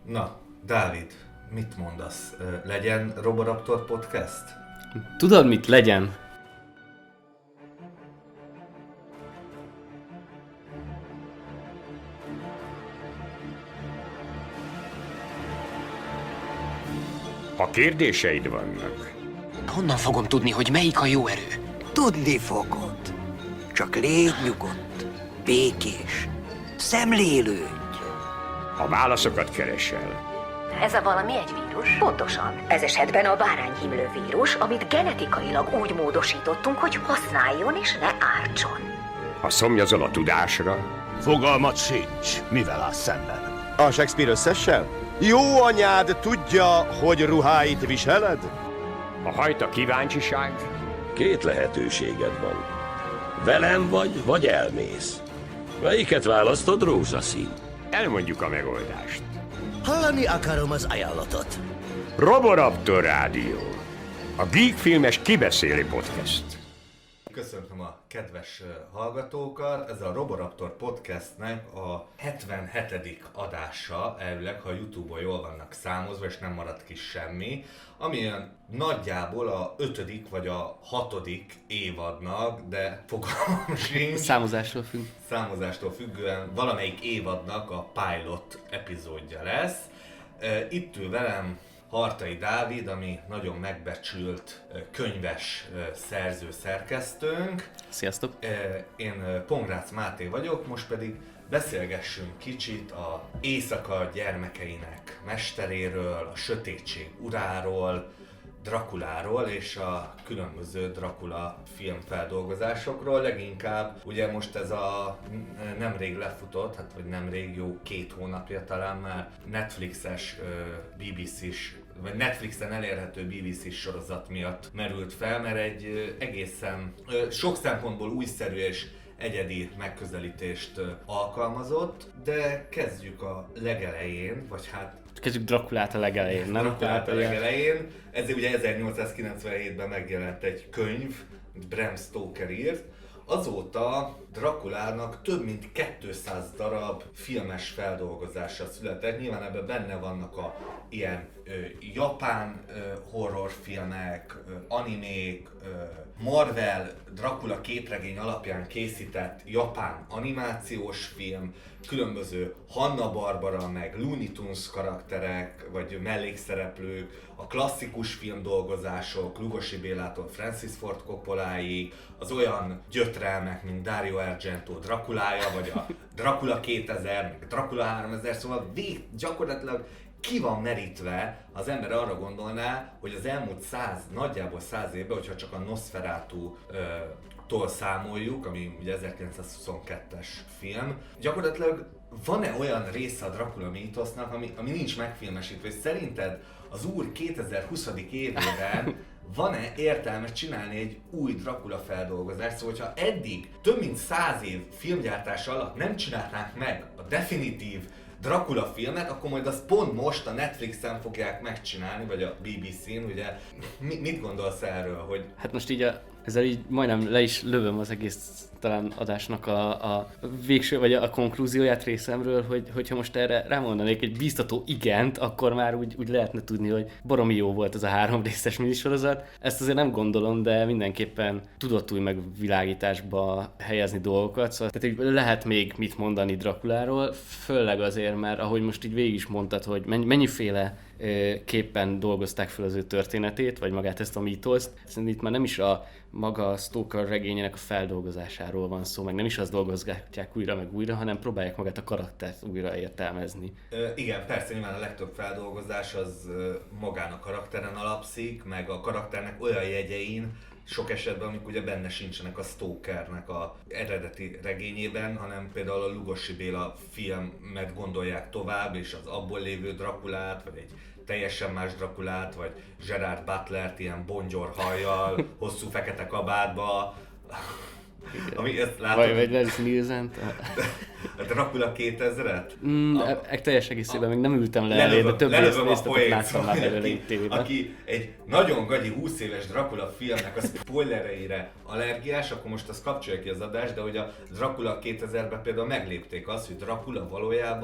Na, Dávid, mit mondasz? Legyen Roboraptor Podcast? Tudod mit? Legyen! Ha kérdéseid vannak, Honnan fogom tudni, hogy melyik a jó erő? Tudni fogod. Csak légy nyugodt, békés, szemlélődj. ha válaszokat keresel, Ez a valami egy vírus? Pontosan. Ez esetben a bárányhimlő vírus, amit genetikailag úgy módosítottunk, hogy használjon és ne ártson. ha szomjazol a tudásra, Fogalmat sincs, mivel állsz szemben. A Shakespeare összessel? Jó anyád tudja, hogy ruháit viseled? ha hajt a kíváncsiság, Két lehetőséged van. Velem vagy elmész. Melyiket választod, rózsaszín? elmondjuk a megoldást. Hallani akarom az ajánlatot. Roboraptor Rádió, a Geek Filmes kibeszélő podcast. Köszöntöm a kedves hallgatókat, ez a Roboraptor Podcastnek a 77. adása, elvileg, ha a YouTube-on jól vannak számozva, és nem maradt ki semmi, ami olyan nagyjából a 5. vagy a 6. évadnak, de fogalmam sincs. Számozástól függően valamelyik évadnak a pilot epizódja lesz. Itt ül velem Hartai Dávid, ami nagyon megbecsült könyves szerző szerkesztőnk. Sziasztok! Én Pongrácz Máté vagyok, most pedig beszélgessünk kicsit a éjszaka gyermekeinek mesteréről, a sötétség uráról, Drakuláról és a különböző Drakula filmfeldolgozásokról. Leginkább ugye most ez a nemrég lefutott, hát vagy nemrég, jó 2 hónapja talán már Netflixes, BBC-s, vagy Netflixen elérhető BBC-s sorozat miatt merült fel, mert egy egészen sok szempontból újszerű és egyedi megközelítést alkalmazott, de kezdjük a legelején, vagy hát Kezdjük Drakulát a legelején, nem? Drakulát a legelején. Ez ugye 1897-ben megjelent egy könyv, amit Bram Stoker írt. Azóta Drakulának több mint 200 darab filmes feldolgozása született. Nyilván ebben benne vannak a ilyen japán horrorfilmek, animék, Marvel Dracula képregény alapján készített japán animációs film, különböző Hanna-Barbera meg Looney Tunes karakterek, vagy mellékszereplők, a klasszikus filmdolgozások, Lugosi Bélától Francis Ford Coppoláig, az olyan gyötrelmek, mint Dario Argento Draculája, vagy a Dracula 2000, meg a Dracula 3000, szóval gyakorlatilag ki van merítve, az ember arra gondolná, hogy az elmúlt nagyjából 100 évben, hogyha csak a Nosferatu-tól számoljuk, ami ugye 1922-es film, gyakorlatilag van-e olyan része a Dracula mítosznak, ami nincs megfilmesítve, és szerinted az úr 2020. évében van-e értelme csinálni egy új Dracula feldolgozást? Szóval, hogyha eddig több mint 100 év filmgyártása alatt nem csinálták meg a definitív Dracula filmet, akkor majd azt pont most a Netflixen fogják megcsinálni, vagy a BBC-n, ugye. Mit gondolsz erről, hogy... Hát most így ezzel így majdnem le is lövöm az egész talán adásnak a végső, vagy a konklúzióját részemről, hogyha most erre rámondanék egy bíztató igent, akkor már úgy lehetne tudni, hogy baromi jó volt ez a 3 részes minisorozat. Ezt azért nem gondolom, de mindenképpen tudott új megvilágításba helyezni dolgokat, szóval tehát lehet még mit mondani Drakuláról, főleg azért, mert ahogy most így végig is mondtad, hogy mennyiféle képpen dolgozták fel az ő történetét, vagy magát ezt a mítoszt. Szerintem itt már nem is a maga Stoker regényének a feldolgozásáról van szó, meg nem is azt dolgozgatják újra meg újra, hanem próbálják magát a karaktert újra értelmezni. Igen, persze, nyilván a legtöbb feldolgozás az magán a karakteren alapszik, meg a karakternek olyan jegyein, sok esetben, amik ugye benne sincsenek a Stokernek a eredeti regényében, hanem például a Lugosi Béla filmet gondolják tovább, és az abból lévő Drakulát, vagy egy teljesen más Drakulát, vagy Gerard Butlert ilyen bongyor hajjal, hosszú fekete kabátba. Ami ezt látod, vagy Leslie Nielsen-t. A Dracula 2000-et? Teljes egészében még nem ültem le elé, de több részt néztem, láttam már belőle itt tévében. Aki egy nagyon gagyi 20 éves Dracula filmnek a spoilereire allergiás, akkor most azt kapcsolja ki az adást, de hogy a Dracula 2000-ben például meglépték azt, hogy Dracula valójában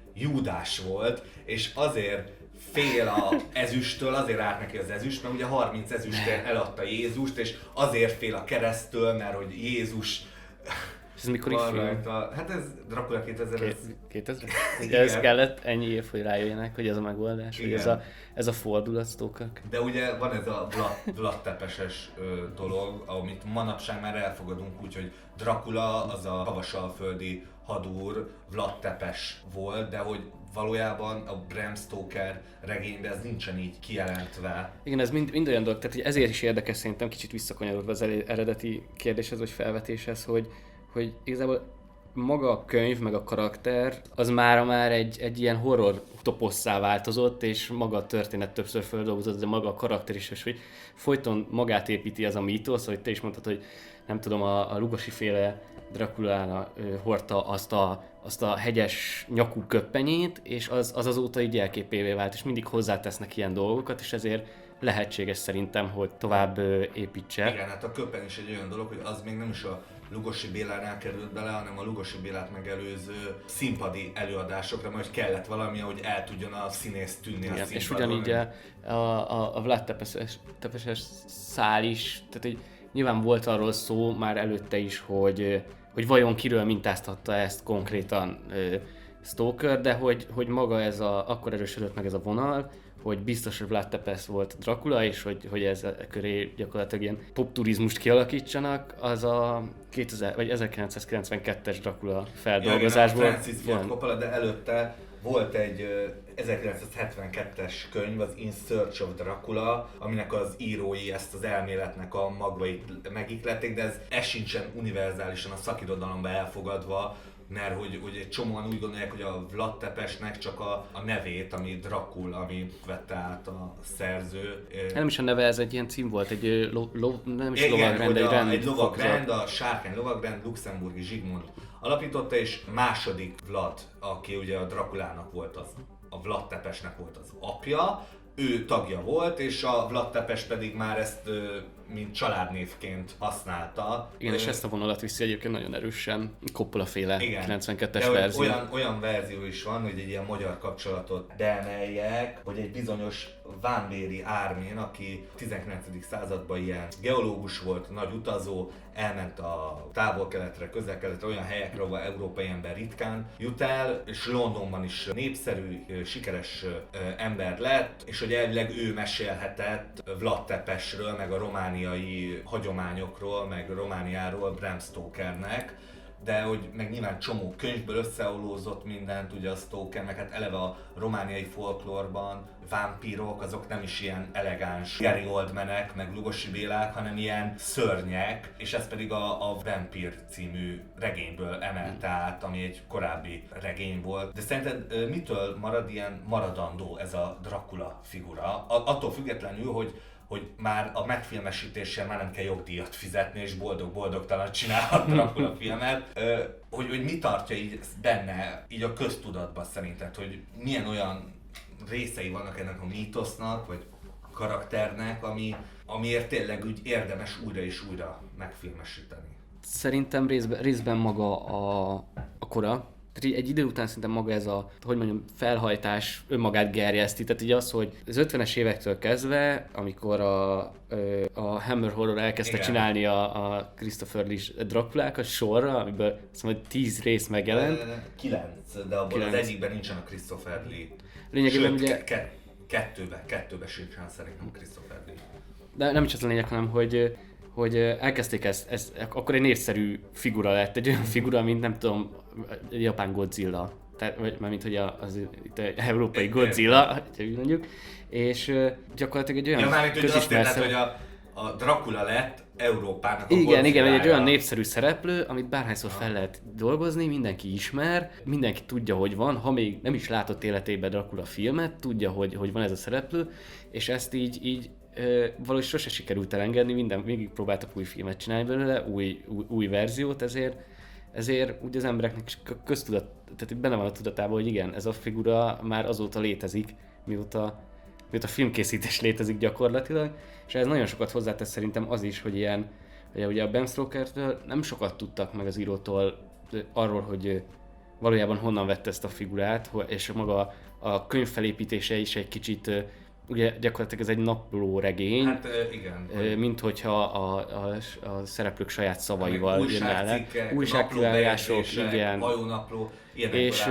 Júdás volt, és azért fél a ezüsttől, azért állt neki az ezüst, mert ugye 30 ezüstért eladta Jézust, és azért fél a keresztől, mert hogy Jézus ez mikor is film? Hát ez Dracula 2000. 2000? Ugye ez kellett ennyi év, hogy rájöjjenek, hogy ez a megoldás, hogy ez a fordulat Stoker. De ugye van ez a Vlad Tepeses dolog, amit manapság már elfogadunk úgy, hogy Dracula az a havasalföldi hadúr Vlad Tepes volt, de hogy valójában a Bram Stoker regényben ez nincsen így kijelentve. Igen, ez mind olyan dolog, tehát ezért is érdekes szerintem, kicsit visszakanyarodva az eredeti kérdéshez vagy felvetéshez, hogy igazából maga a könyv, meg a karakter, az már egy ilyen horror toposszá változott, és maga a történet többször feldolgozott, de maga a karakter is, és hogy folyton magát építi az a mítosz, hogy te is mondtad, hogy nem tudom, a Lugosi féle Dracula hordta azt a hegyes nyakú köppenyét, és az azóta így jelképévé vált, és mindig hozzátesznek ilyen dolgokat, és ezért lehetséges szerintem, hogy tovább építse. Igen, hát a köppen is egy olyan dolog, hogy az még nem is a Lugosi Bélánál került bele, hanem a Lugosi Bélát megelőző színpadi előadásokra, mert kellett valami, hogy el tudjon a színész tűnni a színpadon. És ugyanígy a Vlad Tepeses szál is, tehát hogy nyilván volt arról szó már előtte is, hogy vajon kiről mintáztatta ezt konkrétan Stoker, de hogy maga akkor erősödött meg ez a vonal, hogy biztos, hogy Vlad Tepes volt Dracula, és hogy ez köré gyakorlatilag ilyen popturizmust kialakítsanak, az a 1992-es Dracula feldolgozásból. Ja, Francis Ford Coppola, de előtte volt egy 1972-es könyv, az In Search of Dracula, aminek az írói ezt az elméletnek a magvait megiklették, de ez sincsen univerzálisan a szakirodalomban elfogadva, mert hogy egy csomóan úgy gondolják, hogy a Vlad Tepesnek csak a nevét, ami Dracul, ami vette át a szerző. Nem is a neve, ez egy ilyen cím volt, egy nem is lovagrend, egy rend. Egy lovagrend, a sárkány lovagrend, luxemburgi Zsigmond alapította, és második Vlad, aki ugye a Draculának volt a Vlad Tepesnek volt az apja, ő tagja volt, és a Vlad Tepes pedig már ezt mint családnévként használta. Igen, és ezt a vonalat viszi egyébként nagyon erősen Coppola-féle 92-es de verzió. Olyan verzió is van, hogy egy ilyen magyar kapcsolatot beemeljek, hogy egy bizonyos Vámbéry Ármén, aki 19. században ilyen geológus volt, nagy utazó, elment a távol-keletre, közel-keletre, olyan helyekre, ahol európai ember ritkán jut el, és Londonban is népszerű, sikeres ember lett, és hogy elvileg ő mesélhetett Vlad Tepesről, meg a romániai hagyományokról, meg Romániáról Bram Stokernek, de hogy meg nyilván csomó könyvből összeolózott mindent, ugye a Stoker, meg hát eleve a romániai folklórban vámpírok, azok nem is ilyen elegáns Gary Oldmanek, meg Lugosi Bélák, hanem ilyen szörnyek, és ez pedig a Vampire című regényből emelte át, ami egy korábbi regény volt. De szerinted mitől marad ilyen maradandó ez a Dracula figura? Attól függetlenül, hogy már a megfilmesítéssel már nem kell jogdíjat fizetni, és boldog-boldogtalan csinálhat Dracula filmet. Hogy mi tartja így benne, így a köztudatban szerinted, hogy milyen olyan részei vannak ennek a mítosznak, vagy a karakternek, amiért tényleg úgy érdemes újra és újra megfilmesíteni? Szerintem részben maga a kora. Tehát egy idő után szerintem maga ez a, hogy mondjam, felhajtás önmagát gerjeszti. Tehát így az, hogy az 50-es évektől kezdve, amikor a Hammer Horror elkezdte csinálni a Christopher Lee Draculákat sorra, amiből azt mondom, 10 rész megjelent. 9, de abból az egyikben nincsen a Christopher Lee. Lényegében sőt, ugye... kettőben sincsen szerintem Christopher Lee. De nem is az a lényeg, hanem hogy elkezdték ezt, akkor egy népszerű figura lett, egy olyan figura, mint nem tudom, japán Godzilla, tehát, mint hogy az európai Godzilla, úgy mondjuk, és gyakorlatilag egy olyan közismert szereplő. Hogy a Dracula lett Európának a Igen, egy olyan népszerű szereplő, amit bárhányszor fel lehet dolgozni, mindenki ismer, mindenki tudja, hogy van, ha még nem is látott életében Dracula filmet, tudja, hogy van ez a szereplő, és ezt így valahogy sose sikerült elengedni, végig próbáltak új filmet csinálni belőle, új verziót, ezért úgy az embereknek is köztudat, tehát benne van a tudatában, hogy igen, ez a figura már azóta létezik, mióta filmkészítés létezik gyakorlatilag, és ez nagyon sokat hozzátesz szerintem az is, hogy ugye a Bram Stokertől nem sokat tudtak meg az írótól arról, hogy valójában honnan vette ezt a figurát, és maga a könyv felépítése is egy kicsit, ugye gyakorlatilag ez egy napló regény, Hát igen. mint hogyha a szereplők saját szavaival jönne le. Újságcikkek, igen. hajónapló, ilyenek és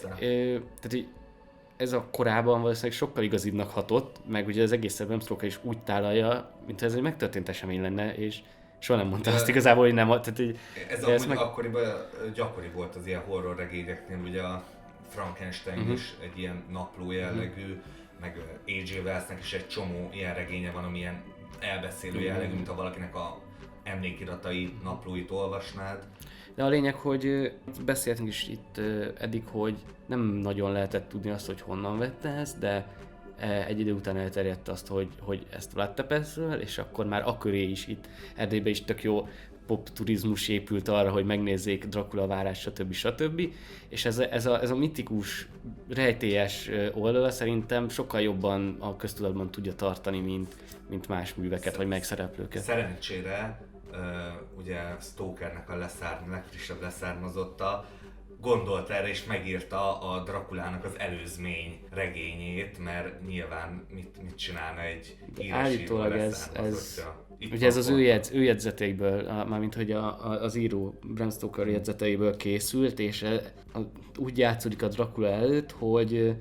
tehát ez a korában valószínűleg sokkal igazibbnak hatott, meg ugye az egész Bram Stoker is úgy tálalja, mintha ez egy megtörtént esemény lenne, és soha nem mondta azt igazából, hogy nem. Tehát ez akkoriban gyakori volt az ilyen horror regényeknél, ugye a Frankenstein is egy ilyen napló jellegű, meg A.J. Wellsnek is egy csomó ilyen regénye van, ami ilyen elbeszélő jellegű, mint ha valakinek a emlékiratai naplóit olvasnád. De a lényeg, hogy beszéltünk is itt eddig, hogy nem nagyon lehetett tudni azt, hogy honnan vette ezt, de egy idő után elterjedt azt, hogy ezt Vlad Tepesről, és akkor már aköré is itt Erdélyben is tök jó pop-turizmus épült arra, hogy megnézzék Dracula várás, stb. És ez a mitikus, rejtélyes oldala szerintem sokkal jobban a köztudatban tudja tartani, mint más műveket, vagy megszereplőket. Szerencsére ugye Stokernek a legfrissebb leszármazotta gondolt erre és megírta a Draculának az előzmény regényét, mert nyilván mit csinálna egy írásíró leszármazottja. Ugye ez az ő jegyzeteiből, mármint hogy az író Bram Stoker jegyzeteiből készült, és úgy játszódik a Dracula előtt, hogy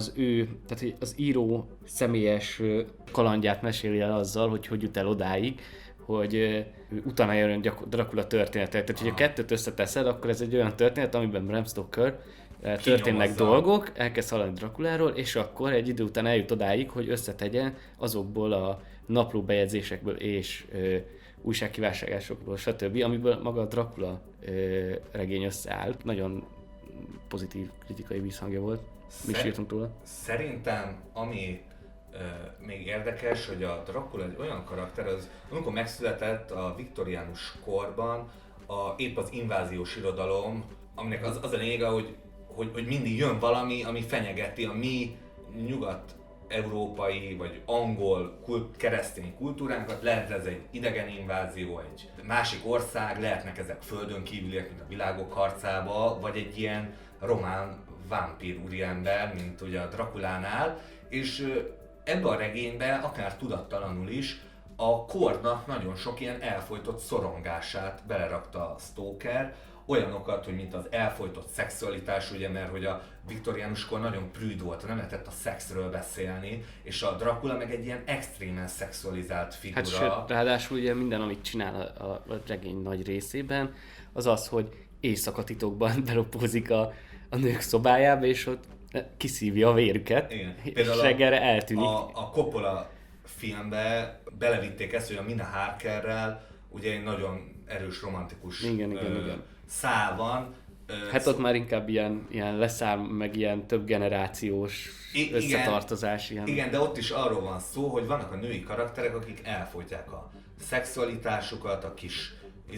tehát az író személyes kalandját meséli el azzal, hogy jut el odáig, hogy utána jön Dracula története. Tehát, hogy a kettőt összeteszed, akkor ez egy olyan történet, amiben Bram Stoker történnek dolgok, elkezd hallani Draculáról, és akkor egy idő után eljut odáig, hogy összetegyen azokból a naplóbejegyzésekből és újságkívánságásokból, stb., amiből maga a Dracula regény összeáll. Nagyon pozitív kritikai visszhangja volt. Mi is írtunk róla. Szerintem, ami még érdekes, hogy a Dracula egy olyan karakter, amikor megszületett a viktoriánus korban, épp az inváziós irodalom, aminek az a lényege, hogy mindig jön valami, ami fenyegeti a mi nyugat-európai vagy angol keresztény kultúránkat, lehet ez egy idegen invázió, egy másik ország, lehetnek ezek földön kívüliek, mint a Világok harcába, vagy egy ilyen román vámpír úriember, mint ugye a Draculánál, és ebbe a regénybe, akár tudattalanul is, a kornak nagyon sok ilyen elfojtott szorongását belerakta a Stoker, olyanokat, hogy mint az elfojtott szexualitás, ugye, mert hogy a viktoriánus kor nagyon prűd volt, nem lehetett a szexről beszélni, és a Dracula meg egy ilyen extrémen szexualizált figura. Hát sőt, ráadásul ugye minden, amit csinál a regény nagy részében, az, hogy éjszaka titokban belopózik a nők szobájába, és ott kiszívja a vérüket, és reggelre eltűnik. A Coppola filmbe belevitték ezt, hogy a Mina Harkerrel ugye egy nagyon erős romantikus igen. szál van. Hát ott már inkább ilyen leszáll, meg ilyen több generációs összetartozás. Igen, de ott is arról van szó, hogy vannak a női karakterek, akik elfolytják a szexualitásukat, a kis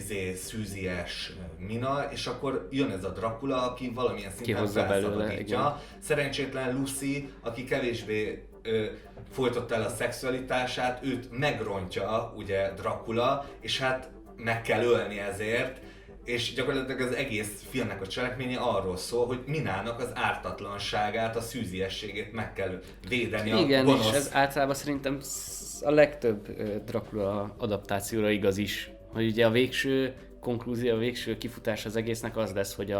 szűzies Mina, és akkor jön ez a Dracula, aki valamilyen szinten felszabadítja. Szerencsétlen Lucy, aki kevésbé folytatta el a szexualitását, őt megrontja ugye Dracula, és hát meg kell ölni ezért, és gyakorlatilag az egész filmnek a cselekménye arról szól, hogy Minának az ártatlanságát, a szűziességét meg kell védeni a gonosz. Igen, és ez általában szerintem a legtöbb Dracula adaptációra igaz is. Hogy ugye a végső konklúzió, a végső kifutás az egésznek az lesz, hogy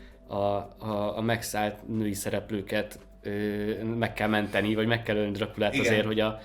a megszállt női szereplőket meg kell menteni, vagy meg kell ölni Draculát azért, hogy a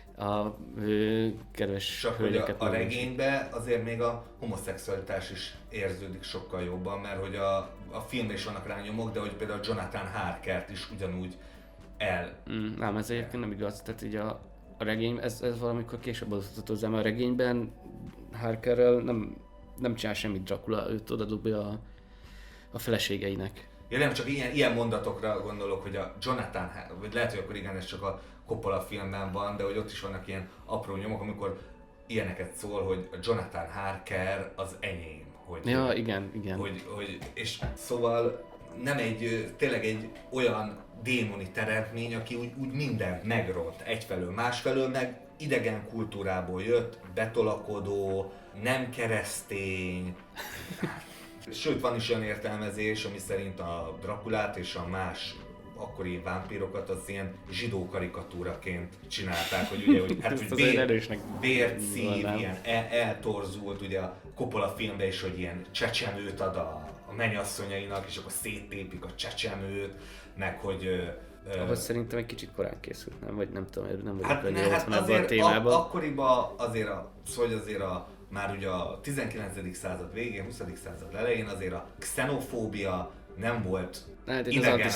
kedves csak hölgyeket a regényben azért még a homoszexualitás is érződik sokkal jobban, mert hogy a filmben is vannak rá nyomok, de hogy például Jonathan Harkert is ugyanúgy nem, ez egyébként nem igaz, tehát így a regény, ez valamikor később adott hozzá, mert a regényben Harkerrel nem csinál semmit Dracula, őt odadob be a feleségeinek. Ja nem, csak ilyen mondatokra gondolok, hogy a Jonathan, vagy lehet, hogy akkor igen, ez csak a Coppola filmben van, de hogy ott is vannak ilyen apró nyomok, amikor ilyeneket szól, hogy a Jonathan Harker az enyém. Ja, igen. És szóval nem tényleg egy olyan démoni teremtmény, aki úgy mindent megront egyfelől, másfelől meg idegen kultúrából jött, betolakodó, nem keresztény, Sőt, van is olyan értelmezés, ami szerint a Drakulát és a más akkori vámpírokat az ilyen zsidó karikatúraként csinálták, hogy ugye, hogy, hát, hogy vért szív, ilyen eltorzult, ugye a Coppola filmben is, hogy ilyen csecsemőt ad a mennyasszonyainak, és akkor széttépik a csecsemőt, meg hogy... Ahhoz szerintem egy kicsit korán készült, nem? Vagy nem tudom, nem vagyok hát, hát azért a témában. Akkoriban azért már ugye a 19. század végén, 20. század elején azért a xenofóbia nem volt idegen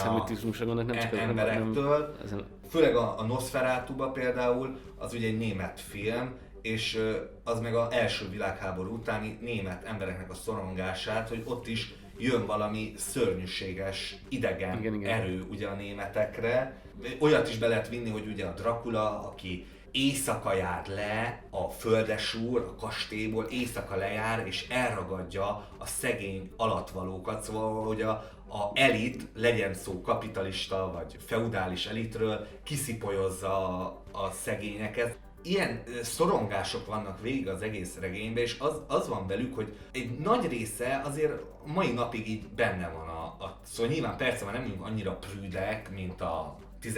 az emberektől. Főleg a Nosferatuba például, az ugye egy német film, és az meg az első világháború utáni német embereknek a szorongását, hogy ott is jön valami szörnyűséges, idegen erő ugye a németekre. Olyat is be lehet vinni, hogy ugye a Dracula, aki éjszaka jár le a földesúr, a kastélyból, éjszaka lejár és elragadja a szegény alattvalókat, szóval hogy a elit, legyen szó kapitalista vagy feudális elitről, kiszipolyozza a szegényeket. Ilyen szorongások vannak végig az egész regényben, és az van velük, hogy egy nagy része azért mai napig így benne van szóval nyilván persze már nem vagyunk annyira prűdek, mint a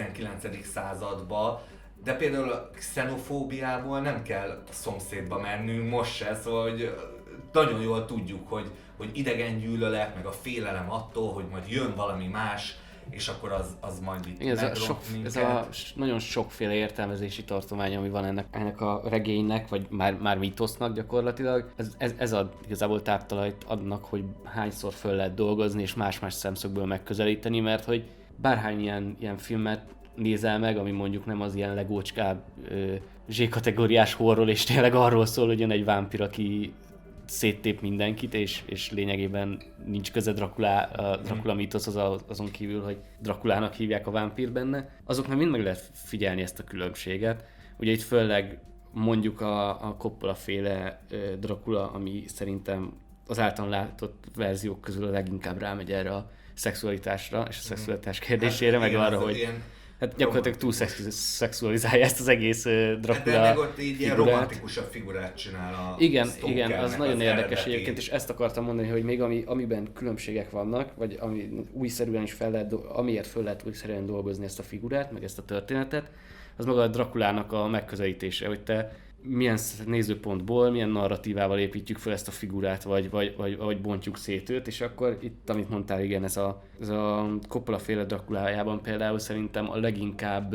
19. században, de például a xenofóbiából nem kell a szomszédba mennünk most se, szóval hogy nagyon jól tudjuk, hogy idegen gyűlölet, meg a félelem attól, hogy majd jön valami más, és akkor az majd itt megront minket. Ez a nagyon sokféle értelmezési tartomány, ami van ennek a regénynek, vagy már mítosznak gyakorlatilag, ez ad igazából táptalajt annak, hogy hányszor föl lehet dolgozni, és más-más szemszögből megközelíteni, mert hogy bárhány ilyen filmet nézel meg, ami mondjuk nem az ilyen legócskább Z-kategóriás horror, és tényleg arról szól, hogy jön egy vámpír, aki széttép mindenkit, és lényegében nincs köze Dracula mítoszhoz azon kívül, hogy Draculának hívják a vámpír benne. Azoknak mind meg lehet figyelni ezt a különbséget. Ugye itt főleg mondjuk a Coppola féle Dracula, ami szerintem az általán látott verziók közül a leginkább rámegy erre a szexualitásra és a szexualitás kérdésére, meg arra, hogy hát gyakorlatilag túl szexualizálja ezt az egész Dracula de meg ott így ilyen romantikusabb figurát csinál a Igen, az nagyon érdekes egyébként, és ezt akartam mondani, hogy még amiben különbségek vannak, vagy újszerűen is amiért föl lehet újszerűen dolgozni ezt a figurát, meg ezt a történetet, az maga a Draculának a megközelítése, hogy te milyen nézőpontból, milyen narratívával építjük fel ezt a figurát, vagy bontjuk szét őt, és akkor itt, amit mondtál, igen, ez a Coppola féle Draculájában például szerintem a leginkább,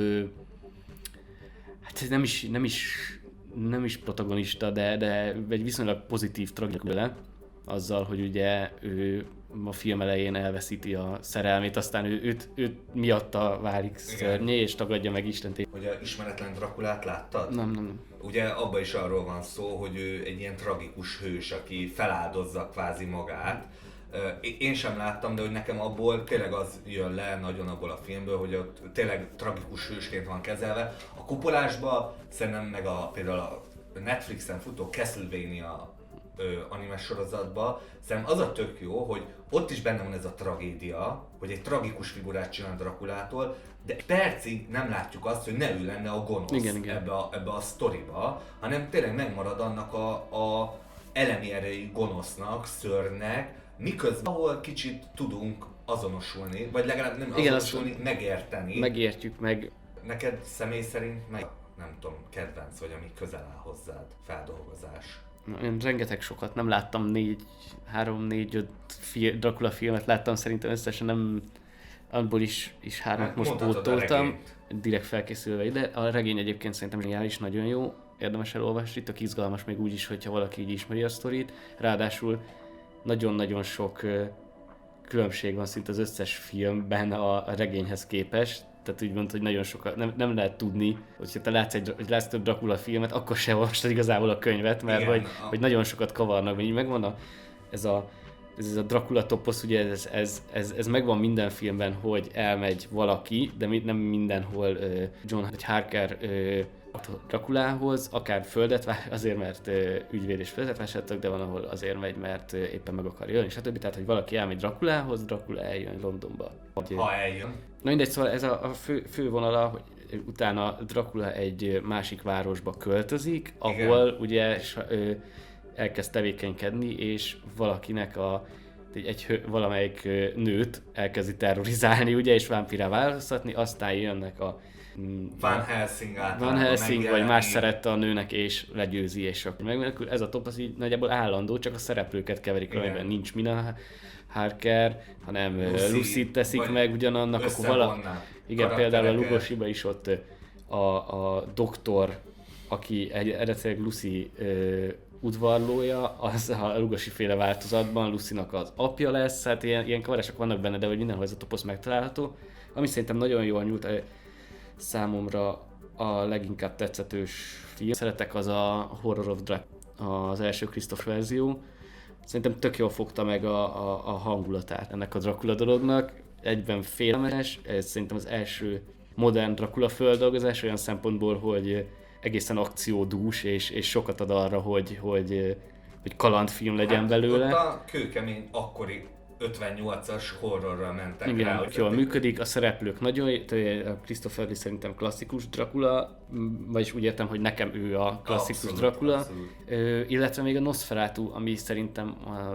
hát nem is protagonista, de egy viszonylag pozitív tragikus azzal, hogy ugye ő a film elején elveszíti a szerelmét, aztán őt miatta válik szörnyé, és tagadja meg Istent. Hogy a Ismeretlen Draculát láttad? Nem. Ugye abban is arról van szó, hogy ő egy ilyen tragikus hős, aki feláldozza kvázi magát. Én sem láttam, de hogy nekem abból tényleg az jön le nagyon abból a filmből, hogy ott tényleg tragikus hősként van kezelve. A Kupolásban szerintem meg például a Netflixen futó Castlevania anime sorozatban, szerintem az a tök jó, hogy ott is benne van ez a tragédia, hogy egy tragikus figurát csinál Draculától, de egy percig nem látjuk azt, hogy ne ő lenne a gonosz ebbe a sztoriba, hanem tényleg megmarad annak a elemi erejű gonosznak, szörnynek, miközben ahol kicsit tudunk azonosulni, vagy legalább nem azonosulni, megérteni. Megértjük meg. Neked személy szerint nem tudom, kedvenc vagy, ami közel áll hozzád, feldolgozás? Én rengeteg sokat, nem láttam 3-4-5 Dracula filmet láttam, szerintem összesen nem, abból is 3-at most pótoltam, direkt felkészülve ide. A regény egyébként szerintem zseniális, nagyon jó, érdemes elolvasni, tök izgalmas még úgy is, hogyha valaki így ismeri a sztorit. Ráadásul nagyon-nagyon sok különbség van szinte az összes filmben a regényhez képest. Tehát úgy mondta, hogy nagyon sokat nem lehet tudni, hogyha te látsz több Dracula filmet, akkor sem olvastad igazából a könyvet, mert igen, hogy nagyon sokat kavarnak, vagy így megvan ez a Dracula toposz, ugye ez megvan minden filmben, hogy elmegy valaki, de nem mindenhol John Harker Draculához, akár földet azért, mert ügyvéd és földet vásároltak, de van, ahol azért megy, mert éppen meg akar jönni, stb. Tehát, hogy valaki elmegy Draculához, Dracula eljön Londonba. Ha eljön. Na mindegy, szóval ez a fő vonala, hogy utána Dracula egy másik városba költözik, ahol igen, ugye elkezd tevékenykedni, és valakinek valamelyik nőt elkezdi terrorizálni, ugye, és vámpirrá változtatni, aztán jönnek a Van Helsing általában Van Helsing, vagy megjelenik. más szerette a nőnek, és legyőzi, és akkor megmenekül. Ez a top az így nagyjából állandó, csak a szereplőket keverik, amiben nincs Mina Harker, hanem Lucy teszik vagy meg ugyanannak, akkor igen, például a Lugosiba is ott a doktor, aki eredetileg Lucy udvarlója, az a Lugosi féle változatban Lucynak az apja lesz, hát ilyen kavarások vannak benne, de hogy mindenhol ez a toposz megtalálható. Ami szerintem nagyon jól nyújt számomra a leginkább tetszetős film. Szeretek az a Horror of Dracula, az első Christoph verzió. Szerintem tök jól fogta meg a hangulatát ennek a Dracula dolognak. Egyben félelmetes, ez szerintem az első modern Dracula földolgozás olyan szempontból, hogy egészen akciódús, és sokat ad arra, hogy kalandfilm legyen belőle. Ott a kőkemény akkori 58-as horrorra mentek igen, rá. jól működik, a szereplők nagyon, a Christopher Lee szerintem klasszikus Dracula, vagyis úgy értem, hogy nekem ő a klasszikus abszolút, Dracula, abszolút. Illetve még a Nosferatu, ami szerintem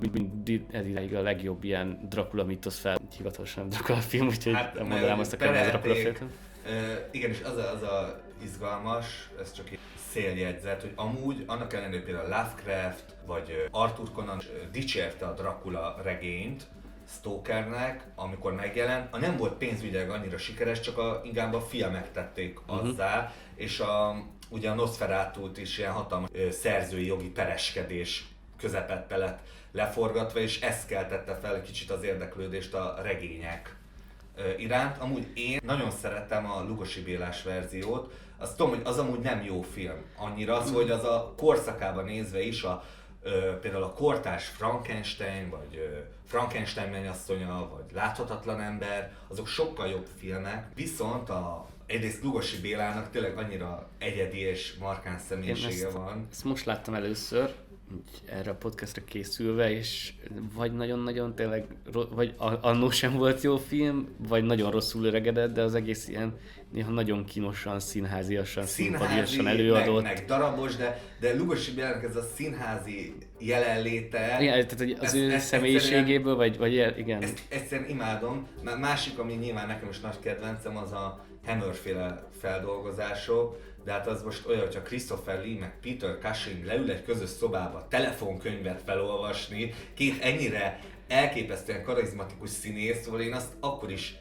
edileg a legjobb ilyen Dracula mítosz fel, hivatalosan Dracula film, úgyhogy mondanám azt a kedvenc Dracula filmet. Igen, és az a izgalmas, ez csak egy széljegyzet, hogy amúgy annak ellenére például Lovecraft vagy Arthur Conan dicsérte a Dracula regényt Stokernek, amikor megjelent, nem volt pénzügyileg annyira sikeres, csak inkább a filmek tették azzá, és ugye a Nosferatut is ilyen hatalmas szerzői jogi pereskedés közepette lett leforgatva, és ez keltette fel egy kicsit az érdeklődést a regények iránt. Amúgy én nagyon szeretem a Lugosi Bélás verziót, azt tudom, hogy az amúgy nem jó film annyira, az, hogy az a korszakában nézve is például a kortárs Frankenstein, vagy Frankenstein mennyasszonya, vagy Láthatatlan ember, azok sokkal jobb filmek, viszont egyrészt Lugosi Bélának tényleg annyira egyedi és markáns személyisége van. Ezt most láttam először, erre a podcastra készülve, és vagy nagyon-nagyon tényleg, vagy annó sem volt jó film, vagy nagyon rosszul öregedett, de az egész ilyen néha nagyon kínosan, színháziasan, színpadiasan előadott. Meg darabos, de Lugosi Bélának ez a színházi jelenléte... Igen, tehát az ő személyiségéből, vagy igen. Ezt egyszerűen imádom. Másik, ami nyilván nekem is nagy kedvencem, az a Hammer-féle feldolgozások, de hát az most olyan, hogyha Christopher Lee meg Peter Cushing leül egy közös szobába telefonkönyvet felolvasni, két ennyire elképesztően karizmatikus színész, szóval én azt akkor is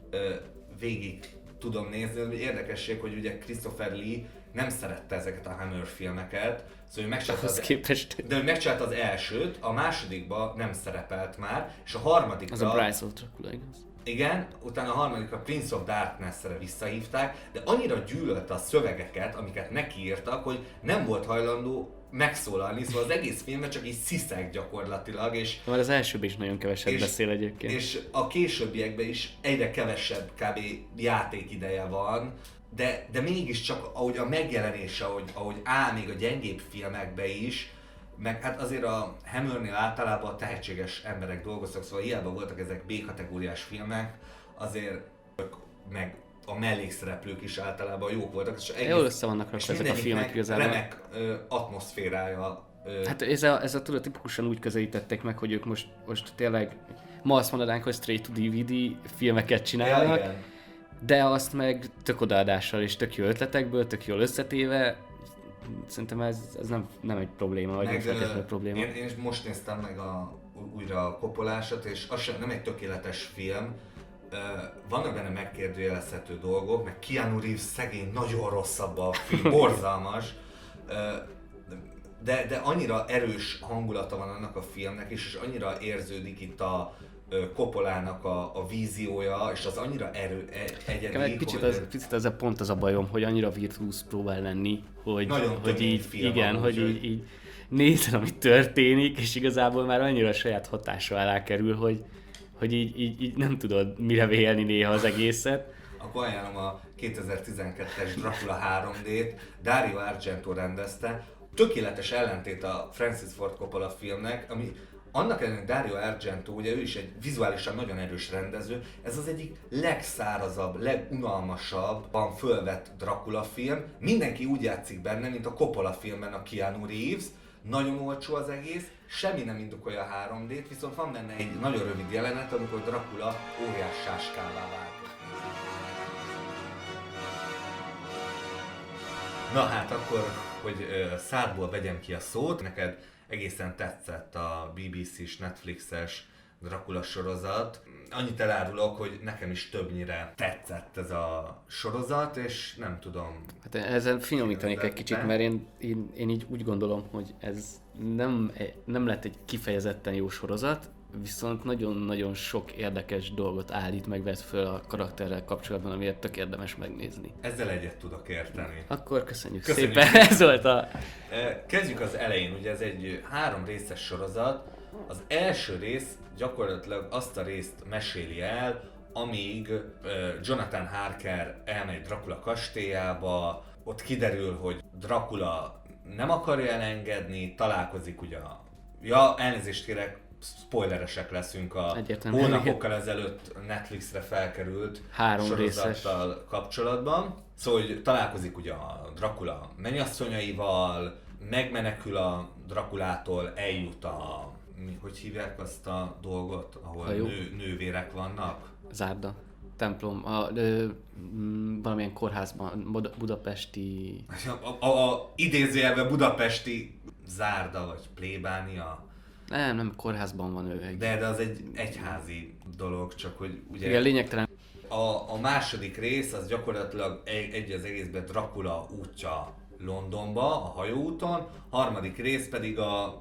végig tudom nézni, hogy érdekesség, hogy ugye Christopher Lee nem szerette ezeket a Hammer filmeket, szóval ő megcsinálta az elsőt, a másodikban nem szerepelt már, és a harmadikra... Az a Brides of Dracula, igaz? Igen, utána a harmadikra Prince of Darkness-re visszahívták, de annyira gyűlölte a szövegeket, amiket neki írtak, hogy nem volt hajlandó megszólalni, szóval az egész filmben csak így sziszeg gyakorlatilag, és... Már az elsőben is nagyon keveset beszél egyébként. És a későbbiekben is egyre kevesebb kb. Játékideje van, de mégiscsak ahogy a megjelenése, ahogy áll még a gyengébb filmekbe is, meg hát azért a Hammernél általában tehetséges emberek dolgoztak, szóval hiába voltak ezek B-kategóriás filmek, azért meg a mellékszereplők is általában jók voltak. Jól össze vannak rakva ezek a filmek igazából. Remek atmoszférája. Hát ez a tudod, tipikusan úgy közelítették meg, hogy ők most tényleg ma azt mondanánk, hogy straight to DVD filmeket csinálnak, ja, de azt meg tök odaadással és tök jó ötletekből, tök jól összetéve. Szerintem ez nem egy probléma, vagy nem feltétlenül probléma. Én most néztem meg újra a Coppolásat, és az sem nem egy tökéletes film. Vannak benne megkérdőjelezhető dolgok, meg Keanu Reeves szegény nagyon rossz abban a film, borzalmas. De annyira erős hangulata van annak a filmnek, és annyira érződik itt a Coppolának a víziója, és az annyira egyedi, egy picit ez pont az a bajom, hogy annyira virtuóz próbál lenni, hogy így, igen, hogy így nézed, ami történik, és igazából már annyira a saját hatása alá kerül, hogy így nem tudod mire vélni néha az egészet. Akkor ajánlom a 2012-es Dracula 3D-t, Dario Argento rendezte. Tökéletes ellentét a Francis Ford Coppola filmnek, ami annak ellenére Dario Argento, ugye ő is egy vizuálisan nagyon erős rendező, ez az egyik legszárazabb, legunalmasabban fölvett Dracula film. Mindenki úgy játszik benne, mint a Coppola filmben a Keanu Reeves, nagyon olcsó az egész, semmi nem indokolja a 3D-t, viszont van benne egy nagyon rövid jelenet, amikor Dracula óriás sáskává vált. Na hát akkor, hogy szádból vegyem ki a szót, neked egészen tetszett a BBC-s, Netflixes Dracula sorozat. Annyit elárulok, hogy nekem is többnyire tetszett ez a sorozat, és nem tudom... Hát ezen finomítanék egy kicsit, mert én így úgy gondolom, hogy ez nem lett egy kifejezetten jó sorozat, viszont nagyon-nagyon sok érdekes dolgot állít, meg vesz föl a karakterrel kapcsolatban, amiért tök érdemes megnézni. Ezzel egyet tudok érteni. Akkor köszönjük szépen, ez volt a... Kezdjük az elején, ugye ez egy 3 részes sorozat. Az első rész gyakorlatilag azt a részt meséli el, amíg Jonathan Harker elmegy Dracula kastélyába, ott kiderül, hogy Dracula nem akarja elengedni, találkozik ugye Ja, elnézést kérek, spoileresek leszünk a hónapokkal ezelőtt Netflixre felkerült 3 sorozattal részes kapcsolatban. Szóval, hogy találkozik ugye a Dracula mennyasszonyaival, megmenekül a Draculától, eljut a... Hogy hívják azt a dolgot, ahol nővérek vannak? Zárda. Templom, valamilyen kórházban, budapesti... A idézőjelben budapesti Zárda, vagy plébánia. Nem, kórházban van ő. De az egy egyházi dolog, csak hogy ugye... Igen, lényegtelen. A második rész az gyakorlatilag az egészben Dracula útja Londonba, a hajóúton, harmadik rész pedig a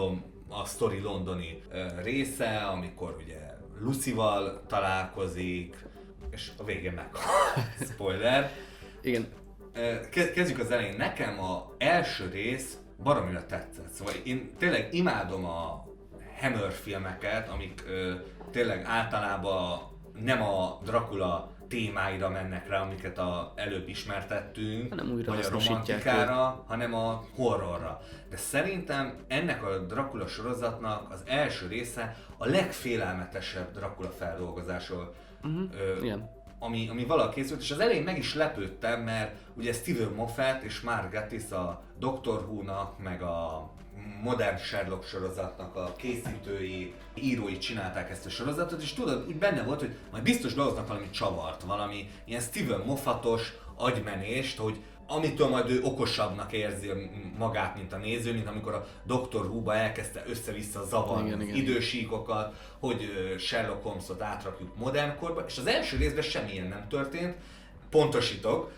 sztori londoni része, amikor ugye Lucyval találkozik, és a végén meghal. Spoiler. Igen. Kezdjük az elején. Nekem az első rész baromira tetszett. Szóval én tényleg imádom a Hammer filmeket, amik tényleg általában nem a Dracula témáira mennek rá, amiket előbb ismertettünk, vagy a romantikára, hanem a horrorra. De szerintem ennek a Dracula sorozatnak az első része a legfélelmetesebb Dracula feldolgozásról, ami valaha készült, és az elején meg is lepődtem, mert ugye Steven Moffat és Mark Gatiss a Doctor Who-nak, meg a modern Sherlock sorozatnak a készítői, írói csinálták ezt a sorozatot, és tudod, úgy benne volt, hogy majd biztos behoznak valami csavart, valami ilyen Steven Moffatos agymenést, hogy amitől majd ő okosabbnak érzi magát, mint a néző, mint amikor a Doctor Who-ba elkezdte össze-vissza zavarni az idősíkokat, hogy Sherlock Holmesot átrakjuk modern korba, és az első részben semmilyen nem történt. Pontosítok,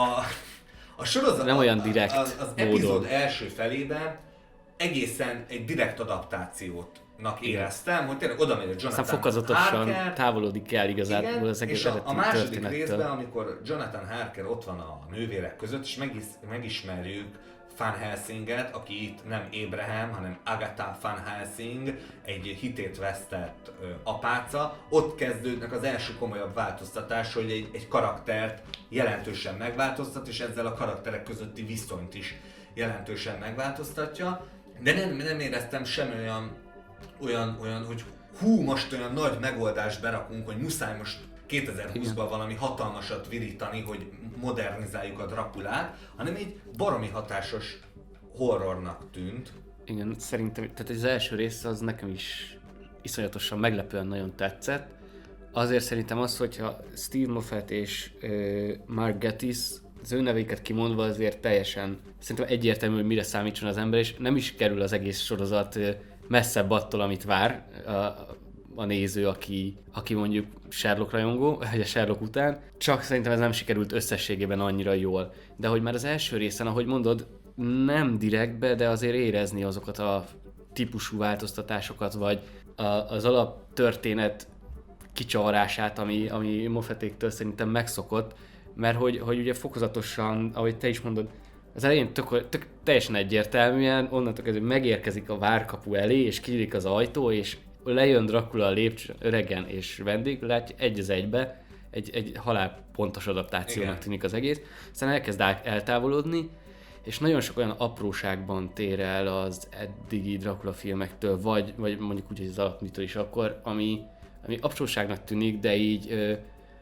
a sorozat nem olyan direkt az epizód első felében egészen egy direkt adaptációnak éreztem, hogy tényleg oda megy a Jonathan Harker. Aztán fokozatosan távolodik el igazából az egész eredeti történettől. És a második részben, amikor Jonathan Harker ott van a nővérek között, és megismerjük Van Helsinget, aki itt nem Abraham, hanem Agatha Van Helsing, egy hitét vesztett apáca. Ott kezdődnek az első komolyabb változtatás, hogy egy karaktert jelentősen megváltoztat, és ezzel a karakterek közötti viszonyt is jelentősen megváltoztatja. De nem éreztem semmi olyan, hogy most olyan nagy megoldást berakunk, hogy muszáj most 2020-ban valami hatalmasat virítani, hogy modernizáljuk a Draculát, hanem így baromi hatásos horrornak tűnt. Igen, szerintem, tehát az első rész az nekem is iszonyatosan meglepően nagyon tetszett. Azért szerintem az, hogyha Steve Moffat és Mark Gatiss, az ő nevéket kimondva azért teljesen szerintem egyértelmű, hogy mire számítson az ember, és nem is kerül az egész sorozat messzebb attól, amit vár a néző, aki mondjuk Sherlock rajongó, vagy a Sherlock után, csak szerintem ez nem sikerült összességében annyira jól. De hogy már az első részen, ahogy mondod, nem direktbe, de azért érezni azokat a típusú változtatásokat, vagy az alaptörténet kicsavarását, ami Moffatéktől szerintem megszokott, mert hogy ugye fokozatosan, ahogy te is mondod, az elején tök teljesen egyértelműen, onnantól kezdve megérkezik a várkapu elé, és kinyílik az ajtó, és lejön Dracula a lépcsőn öregen és vendéglátja egy az egybe, egy halálpontos adaptációnak tűnik az egész, aztán elkezd eltávolodni, és nagyon sok olyan apróságban tér el az eddigi Dracula filmektől, vagy mondjuk úgy, hogy az alapnyitó is akkor, ami apróságnak tűnik, de így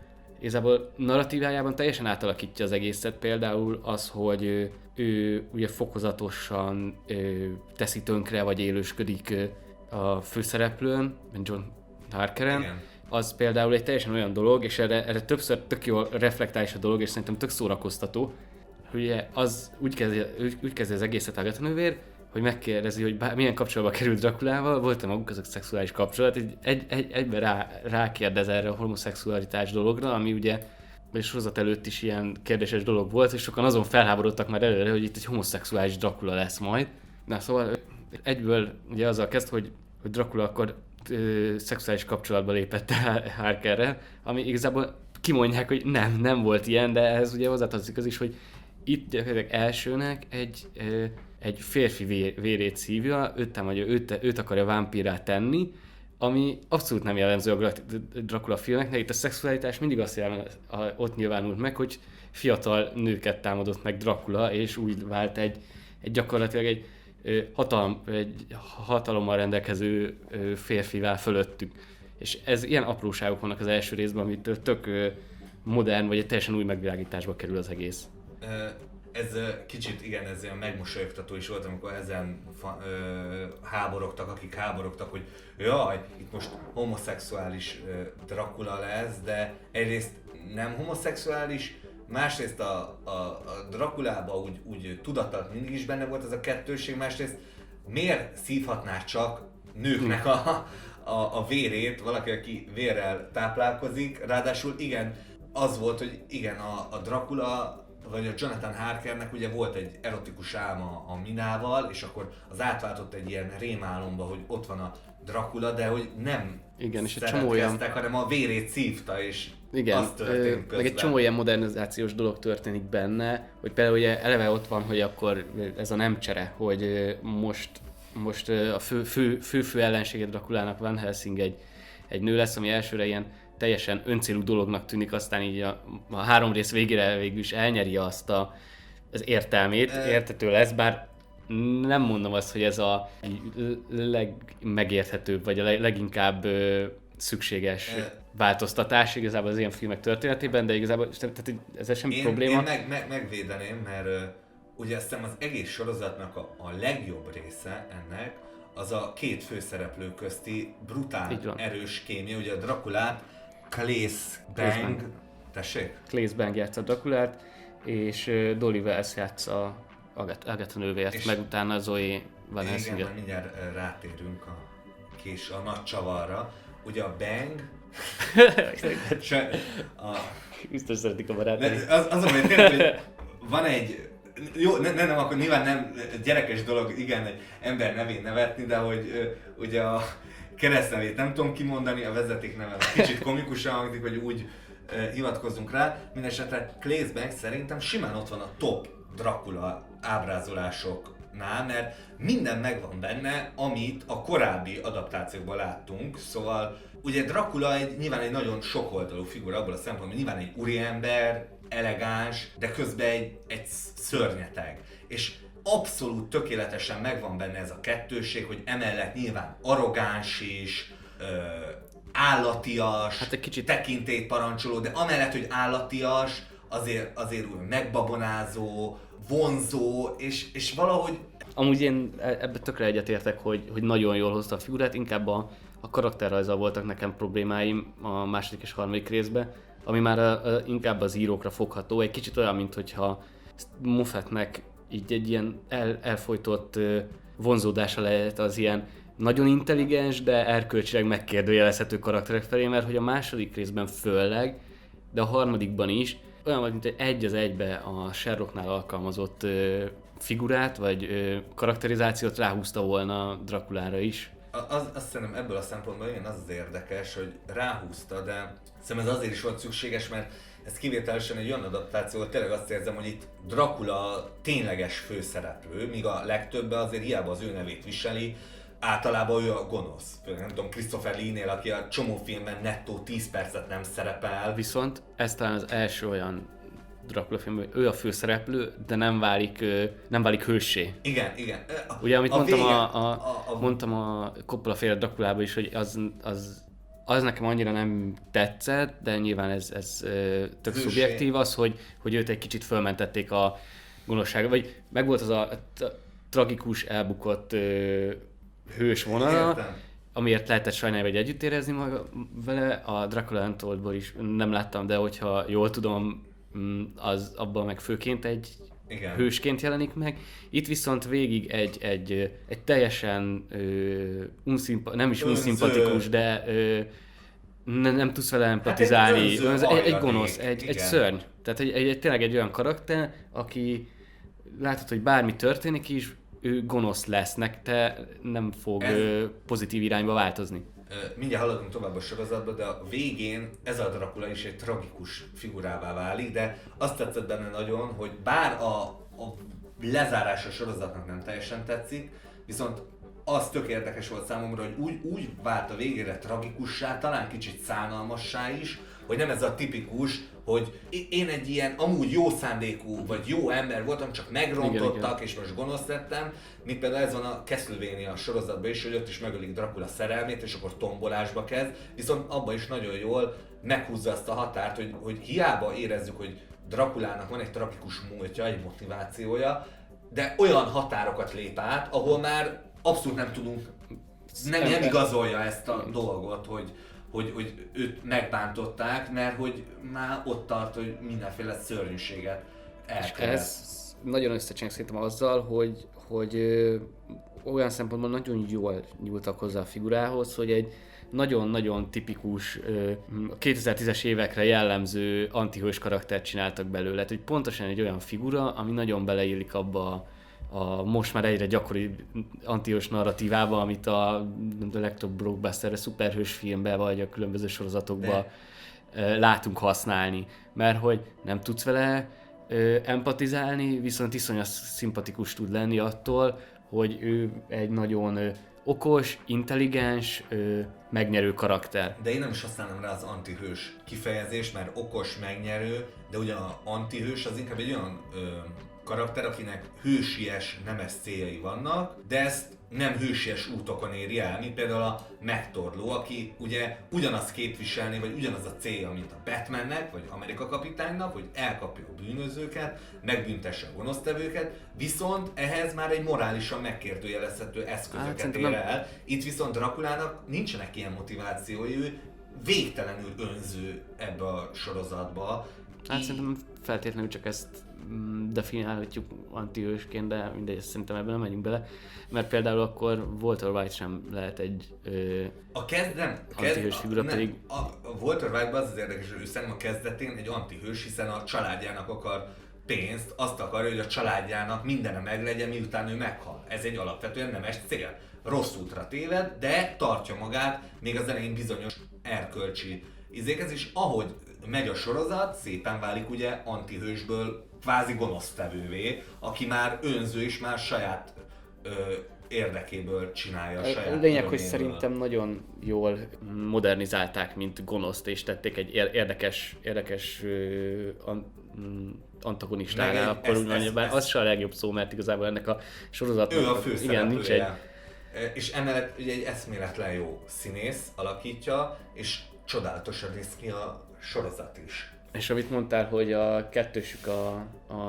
igazából narratívájában teljesen átalakítja az egészet, például az, hogy ő ugye fokozatosan teszi tönkre, vagy élősködik a főszereplőn, John Harkeren. Igen. Az például egy teljesen olyan dolog, és erre többször tök jól reflektál is a dolog, és szerintem tök szórakoztató. Ugye az úgy kezdi az egészet Agatha nővér, hogy megkérdezi, hogy milyen kapcsolatba került Drakulával, volt-e maguk azok szexuális kapcsolat, egyben rákérdez erre a homoszexualitás dologra, ami ugye a sorozat előtt is ilyen kérdéses dolog volt, és sokan azon felháborodtak már előre, hogy itt egy homoszexuális Dracula lesz majd. Na szóval egyből ugye azzal kezd, hogy Dracula akkor szexuális kapcsolatba lépett Harkerrel, ami igazából kimondják, hogy nem volt ilyen, de ehhez ugye hozzátartozik az is, hogy itt gyakorlatilag elsőnek egy férfi vérét szívja, őt akarja vámpírrá tenni, ami abszolút nem jellemző a Dracula filmeknek. Itt a szexualitás mindig ott nyilvánult meg, hogy fiatal nőket támadott meg Dracula, és úgy vált gyakorlatilag egy hatalommal rendelkező férfivá fölöttük. És ez ilyen apróságok vannak az első részben, amit tök modern, vagy egy teljesen új megvilágításba kerül az egész. Ez kicsit, igen, ez ilyen megmosolyogtató is volt, amikor ezen háborogtak, akik háborogtak, hogy jaj, itt most homoszexuális Dracula lesz, de egyrészt nem homoszexuális, másrészt a Draculában úgy tudatat mindig is benne volt ez a kettőség, másrészt miért szívhatná csak nőknek a vérét, valaki, aki vérrel táplálkozik, ráadásul igen, az volt, hogy igen, a Dracula, vagy a Jonathan Harkernek ugye volt egy erotikus álma a Minával, és akkor az átváltott egy ilyen rémálomba, hogy ott van a Dracula, de hogy nem szeretkeztek, hanem a vérét szívta, és igen, az történt közben. Meg egy csomó ilyen modernizációs dolog történik benne, hogy például ugye eleve ott van, hogy akkor ez a nemcsere, hogy most a fő ellensége Draculának Van Helsing egy nő lesz, ami elsőre ilyen teljesen öncélú dolognak tűnik, aztán így a 3 rész végére végül is elnyeri azt az értelmét, érthető lesz, bár nem mondom azt, hogy ez a legmegérthetőbb, vagy a leginkább szükséges változtatás igazából az ilyen filmek történetében, de igazából tehát ez semmi probléma. Én megvédeném, mert ugye azt hiszem az egész sorozatnak a legjobb része ennek, az a két főszereplő közti brutál erős kémia, ugye a Draculát Claes Bang, tessék? Claes Bang játsza Draculát, és Dolly Wells játsza Agatha nővért, meg utána Zoe Van Helsing. Igen, mindjárt rátérünk a nagy csavarra. Ugye a Bang... Biztos szeretik a barátai. Az a tényleg, hogy van egy... Jó, nem, akkor nyilván nem gyerekes dolog, igen, egy ember nevén nevetni, de hogy ugye a keresztnevét nem tudom kimondani, a vezetékneve kicsit komikusan hangzik, hogy úgy hivatkozzunk rá. Mindenesetre Claes Bang szerintem simán ott van a top Dracula ábrázolásoknál, mert minden megvan benne, amit a korábbi adaptációkban láttunk, szóval ugye Dracula nyilván egy nagyon sokoldalú figura abból a szempontból, hogy nyilván egy úriember, elegáns, de közben egy szörnyeteg. És abszolút tökéletesen megvan benne ez a kettőség, hogy emellett nyilván arrogáns is, állatias, hát egy kicsit tekintélyt parancsoló, de amellett, hogy állatias, azért úgy megbabonázó, vonzó, és valahogy... Amúgy én ebben tökre egyetértek, hogy nagyon jól hozta a figurát, inkább a karakterrajzzal voltak nekem problémáim a második és harmadik részben, ami már inkább az írókra fogható, egy kicsit olyan, mint hogyha Moffatnek így egy ilyen elfojtott vonzódása lehet az ilyen nagyon intelligens, de erkölcsileg megkérdőjelezhető karakterek felé, mert hogy a második részben főleg, de a harmadikban is olyan volt, mint egy az egybe a Sherlocknál alkalmazott figurát, vagy karakterizációt ráhúzta volna Draculára is. Azt szerintem ebből a szempontból igen, az érdekes, hogy ráhúzta, de szerintem ez azért is volt szükséges, mert ez kivételesen egy olyan adaptáció, hogy tényleg azt érzem, hogy itt Dracula tényleges főszereplő, míg a legtöbben azért hiába az ő nevét viseli, általában ő a gonosz. Nem tudom, Christopher Lee-nél, aki a csomó filmben nettó 10 percet nem szerepel. Viszont ez talán az első olyan Dracula film, hogy ő a főszereplő, de nem válik hőssé. Igen. Ugye, amit mondtam a Coppola féle Draculában is, hogy az az nekem annyira nem tetszett, de nyilván ez tök szubjektív az, hogy őt egy kicsit fölmentették a gonoszságra, vagy megvolt az a tragikus, elbukott hős vonala, amiért lehetett sajnálni, vagy együtt érezni maga vele. A Dracula Untoldból is nem láttam, de hogyha jól tudom, az abban meg főként egy hősként jelenik meg. Itt viszont végig egy teljesen nem is unszimpatikus, de nem tudsz vele empatizálni. Egy gonosz, egy szörny. Tehát tényleg egy olyan karakter, aki látod, hogy bármi történik is, ő gonosz lesz, te nem fog pozitív irányba változni. Mindjárt haladunk tovább a sorozatba, de a végén ez a Dracula is egy tragikus figurává válik, de azt tetszett benne nagyon, hogy bár a lezárása a sorozatnak nem teljesen tetszik, viszont az tök érdekes volt számomra, hogy úgy vált a végére tragikussá, talán kicsit szánalmassá is, hogy nem ez a tipikus, hogy én egy ilyen amúgy jó szándékú, vagy jó ember voltam, csak megrontottak, és most gonosz lettem, mint például ez van a Castlevania sorozatban is, hogy ott is megölik Dracula szerelmét, és akkor tombolásba kezd, viszont abban is nagyon jól meghúzza azt a határt, hogy hiába érezzük, hogy Draculának van egy tragikus múltja, egy motivációja, de olyan határokat lép át, ahol már abszolút nem tudunk, nem igazolja ezt a dolgot, hogy őt megbántották, mert hogy már ott tart, hogy mindenféle szörnyűséget elkövet. Ez nagyon összecseng szerintem azzal, hogy olyan szempontból nagyon jól nyúltak hozzá a figurához, hogy egy nagyon-nagyon tipikus 2010-es évekre jellemző antihős karaktert csináltak belőle. Hogy pontosan egy olyan figura, ami nagyon beleillik abba a most már egyre gyakori antihős narratívába, amit a legtöbb blockbusterre, szuperhős filmben vagy a különböző sorozatokban látunk használni. Mert hogy nem tudsz vele empatizálni, viszont iszonyat szimpatikus tud lenni attól, hogy ő egy nagyon okos, intelligens, megnyerő karakter. De én nem is használom rá az antihős kifejezést, mert okos, megnyerő, de ugyan az antihős az inkább egy olyan karakter, akinek hősies, nemes céljai vannak, de ezt nem hősies útokon éri el, mint például a megtorló, aki ugye ugyanazt képviselni, vagy ugyanaz a célja, mint a Batmannek, vagy Amerika kapitánynak, hogy elkapja a bűnözőket, megbüntesse a gonosztevőket, viszont ehhez már egy morálisan megkérdőjelezhető eszközöket ér el. Itt viszont Draculának nincsenek ilyen motivációi, ő végtelenül önző ebbe a sorozatba. Szerintem feltétlenül csak ezt definiálhatjuk antihősként, de mindegy, szerintem ebben nem megyünk bele, mert például akkor Walter White sem lehet egy antihős figura, pedig... A Walter White-ban az érdekes, hogy ő szerintem a kezdetén egy antihős, hiszen a családjának akar pénzt, azt akarja, hogy a családjának mindene meglegyen, miután ő meghal. Ez egy alapvetően nemes cél. Rossz útra téved, de tartja magát még az elején bizonyos erkölcsi izékhez, és ahogy megy a sorozat, szépen válik ugye antihősből kvázi gonosztevővé, aki már önző és már saját érdekéből csinálja a saját lényeg, hogy szerintem nagyon jól modernizálták, mint gonoszt, és tették egy érdekes antagonistára, akkor úgy mondja, bár az se a legjobb szó, mert igazából ennek a sorozatnak... Ő a főszereplője. És emellett ugye egy eszméletlen jó színész alakítja, és csodálatosan néz ki a sorozat is. És amit mondtál, hogy a kettősük a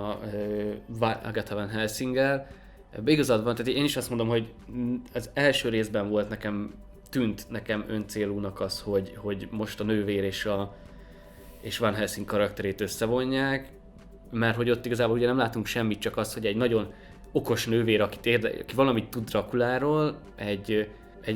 Agatha Van Helsingel, igazad van, tehát én is azt mondom, hogy az első részben volt tűnt nekem öncélúnak az, hogy most a nővér és Van Helsing karakterét összevonják, mert hogy ott igazából ugye nem látunk semmit, csak az, hogy egy nagyon okos nővér, aki valamit tud Draculáról, egy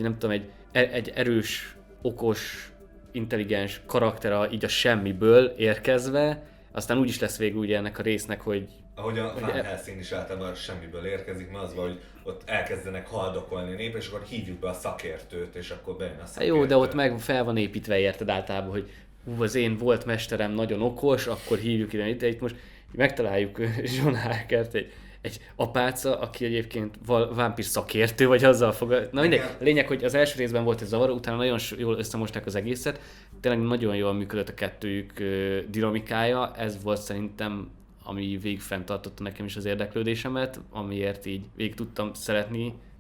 erős, okos, intelligens karakter így a semmiből érkezve, aztán úgy is lesz végül ugye ennek a résznek, hogy... Ahogy a Van Helsing is általában semmiből érkezik, mert az van, hogy ott elkezdenek haldokolni a nép, és akkor hívjuk be a szakértőt, és akkor bejön a szakértő. Jó, de ott meg fel van építve, érted általában, hogy az én volt mesterem nagyon okos, akkor hívjuk ide, de itt most megtaláljuk John Harkert, egy apáca, aki egyébként vámpír szakértő, vagy azzal fog... Na mindegy, lényeg, hogy az első részben volt ez zavaró, utána nagyon jól összemosták az egészet, tényleg nagyon jól működött a kettőjük dinamikája, ez volt szerintem, ami végig fenntartotta nekem is az érdeklődésemet, amiért így végig tudtam szeretni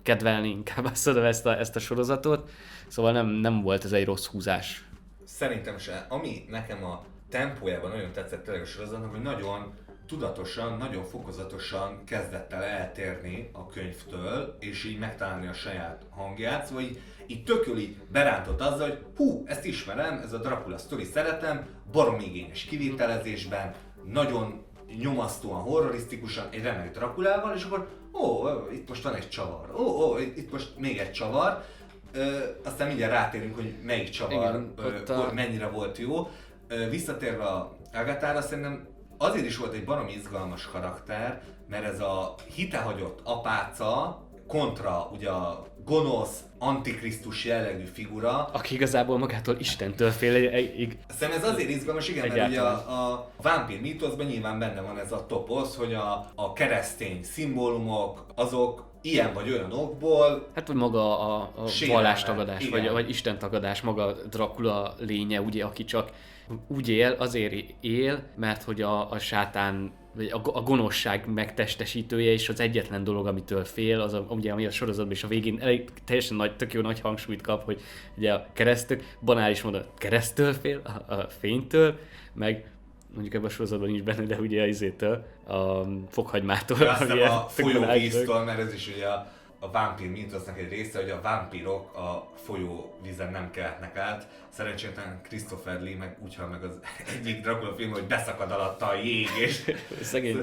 kedvelni inkább ezt a sorozatot, szóval nem volt ez egy rossz húzás. Szerintem se. Ami nekem a tempójában nagyon tetszett tényleg a sorozatnak, hogy nagyon tudatosan, nagyon fokozatosan kezdett el eltérni a könyvtől, és így megtalálni a saját hangját, szóval így tök jól így berántott azzal, hogy hú, ezt ismerem, ez a Dracula sztori, szeretem, baromi igényes kivitelezésben, nagyon nyomasztóan, horrorisztikusan, egy remek Draculával, és akkor itt most van egy csavar, itt most még egy csavar, aztán mindjárt rátérünk, hogy melyik csavar, igen, mennyire volt jó. Visszatérve a Agathára, szerintem azért is volt egy baromi izgalmas karakter, mert ez a hitehagyott apáca kontra ugye a gonosz, antikrisztus jellegű figura. Aki igazából magától Istentől fél. Szerintem ez azért izgalmas, igen, mert ugye a vámpír mítoszban nyilván benne van ez a toposz, hogy a keresztény szimbólumok, azok ilyen vagy olyan okból... Hát, vagy maga a vallástagadás, vagy istentagadás, maga Dracula lénye, ugye, aki csak úgy él, azért él, mert hogy a sátán, vagy a gonoszság megtestesítője, és az egyetlen dolog, amitől fél, az ugye, ami a sorozatban is a végén teljesen tök jó nagy hangsúlyt kap, hogy ugye a keresztök, banális módon keresztől fél, a fénytől, meg mondjuk ebben a sorozatban nincs benne, de ugye a fokhagymától. Aztán a folyóvíztől, mert ez is ugye a vámpír mítosznak egy része, hogy a vámpírok a folyóvízen nem kelhetnek át. Szerencsétlen Christopher Lee meg úgy hal meg az egyik Dracula film, hogy beszakad alatta a jég, és... Szegény.